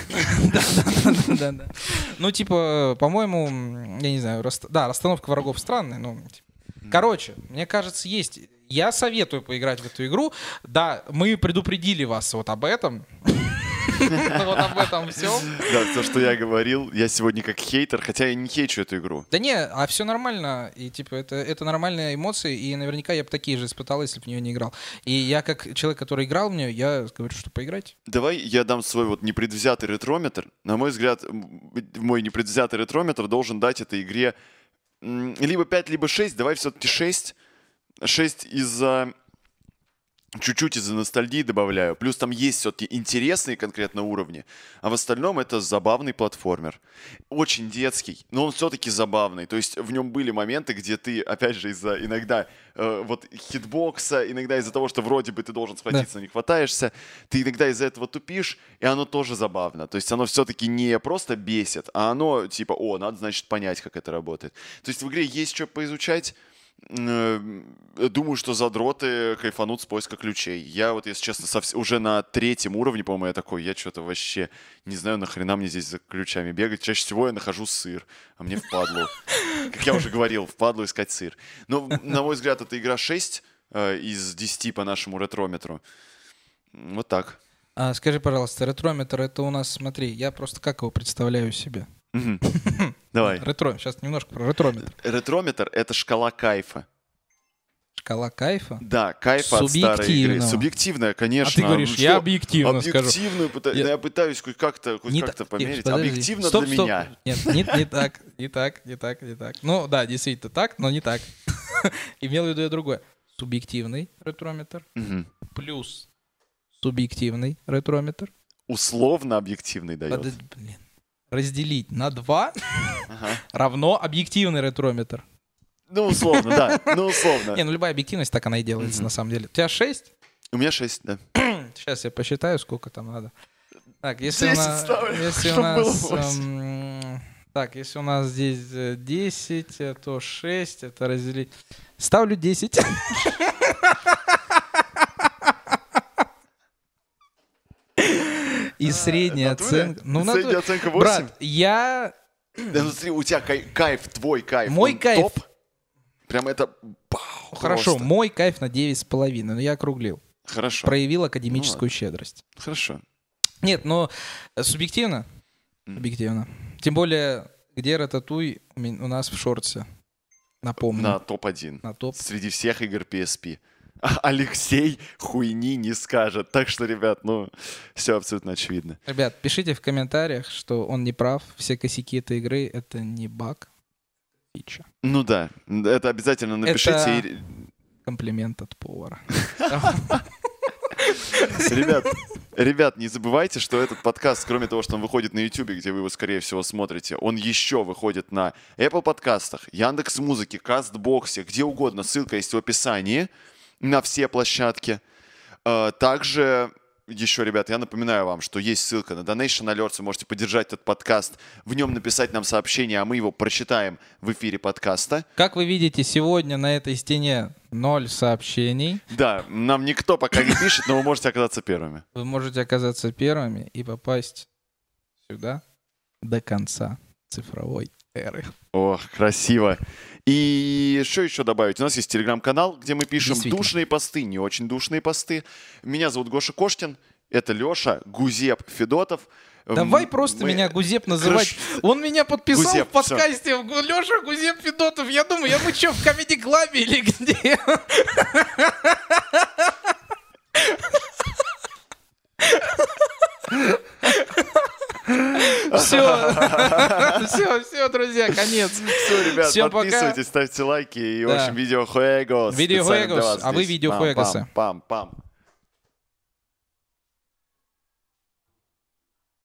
Да, да. Ну, типа, по-моему, м, я не знаю, раст- да, расстановка врагов странная, но... типа, короче, мне кажется, есть... Я советую поиграть в эту игру. Да, мы предупредили вас вот об этом. Вот об этом все. Да, то, что я говорил, я сегодня как хейтер, хотя я не хейчу эту игру. Да не, а все нормально. И типа это, это нормальные эмоции, и наверняка я бы такие же испытал, если бы в нее не играл. И я как человек, который играл в нее, я говорю, что поиграть. Давай я дам свой вот непредвзятый ретрометр. На мой взгляд, м, мой непредвзятый ретрометр должен дать этой игре м, либо пять, либо шесть. Давай все-таки шесть. шесть из-за... Чуть-чуть из-за ностальгии добавляю. Плюс там есть все-таки интересные конкретно уровни. А в остальном это забавный платформер. Очень детский, но он все-таки забавный. То есть в нем были моменты, где ты, опять же, из-за иногда э, вот хитбокса, иногда из-за того, что вроде бы ты должен схватиться, но не хватаешься, ты иногда из-за этого тупишь, и оно тоже забавно. То есть оно все-таки не просто бесит, а оно типа, о, надо, значит, понять, как это работает. То есть в игре есть что поизучать. Думаю, что задроты кайфанут с поиска ключей. Я вот, если честно, совс- уже на третьем уровне, по-моему, я такой, я что-то вообще не знаю, нахрена мне здесь за ключами бегать. Чаще всего я нахожу сыр, а мне впадлу. Как я уже говорил, впадлу искать сыр. Но, на мой взгляд, это игра шесть э, из десяти по нашему ретрометру. Вот так. А, скажи, пожалуйста, ретрометр, это у нас, смотри, я просто как его представляю себе? Мгм. Давай. Ретро, сейчас немножко про ретрометр. Ретрометр — это шкала кайфа. Шкала кайфа. Да, кайфа от старой игры. Субъективного. Субъективная, конечно. А ты говоришь, Ну я что, объективно скажу. Объективную пыта- Я- да я пытаюсь хоть как-то, хоть Не как-то та- померить. подожди. Объективно Стоп, для стоп. меня. Нет, не, не так, не так, не так, не так. Ну да, действительно так, но не так. Имел в виду я другое. Субъективный ретрометр Мгм. плюс субъективный ретрометр. Условно объективный дает. Подо- блин. Разделить на два Ага. равно объективный ретрометр. Ну, условно, да. Ну, условно. Не, ну любая объективность, так она и делается, на самом деле. У тебя шесть? У меня шесть, да. Сейчас я посчитаю, сколько там надо. Так, если у нас... ставлю, Если у чтобы нас было эм, так, если у нас здесь э, десять, э, то шесть, это разделить... Ставлю десять. И средняя оценка... Ну, Средняя оценка восемь? Брат, я... Да, ну смотри, у тебя кай- кайф, твой кайф. Мой он кайф. Топ. Прям это... Бау, Хорошо, просто. мой кайф на девять с половиной, но я округлил. Хорошо. Проявил академическую Ну щедрость. Хорошо. Нет, но э, субъективно. Объективно. Тем более, где Рататуй у мен- у нас в шорте. Напомню. На топ один. На топ. Среди всех игр пи эс пи. А Алексей хуйни не скажет. Так что, ребят, ну, все абсолютно очевидно. Ребят, пишите в комментариях, что он не прав. Все косяки этой игры — это не баг. Фича. Ну да, это обязательно напишите. Это- и- Комплимент от повара. Ребят, ребят, не забывайте, что этот подкаст, кроме того, что он выходит на YouTube, где вы его, скорее всего, смотрите, он еще выходит на Apple подкастах, Яндекс.Музыке, Кастбоксе, где угодно. Ссылка есть в описании на все площадки. А, Также, еще, ребят, я напоминаю вам, что есть ссылка на Donation Alerts, вы можете поддержать этот подкаст, в нем написать нам сообщение, а мы его прочитаем в эфире подкаста. Как вы видите, сегодня на этой стене ноль сообщений. Да, нам никто пока не пишет, но вы можете оказаться первыми. Вы можете оказаться первыми и попасть сюда до конца цифровой эры. Ох, красиво. И что еще добавить? У нас есть телеграм-канал, где мы пишем Действительно. душные посты, не очень душные посты. Меня зовут Гоша Коштин, это Леша Гузеп Федотов. Давай М, просто мы- меня Гузеп называть. Хорошо. Он меня подписал Гузеп, в подкасте. Леша Гузеп Федотов. Я думаю, я мы что, в Comedy Club или где? Все, все, все, друзья, конец. Все, ребят, Всем пока. подписывайтесь, ставьте лайки. И, в Да. общем, видео Хуэгос. Видео специально для Хуэгос, вас а вы здесь. видео Пам, Хуэгосы. Пам, пам, пам.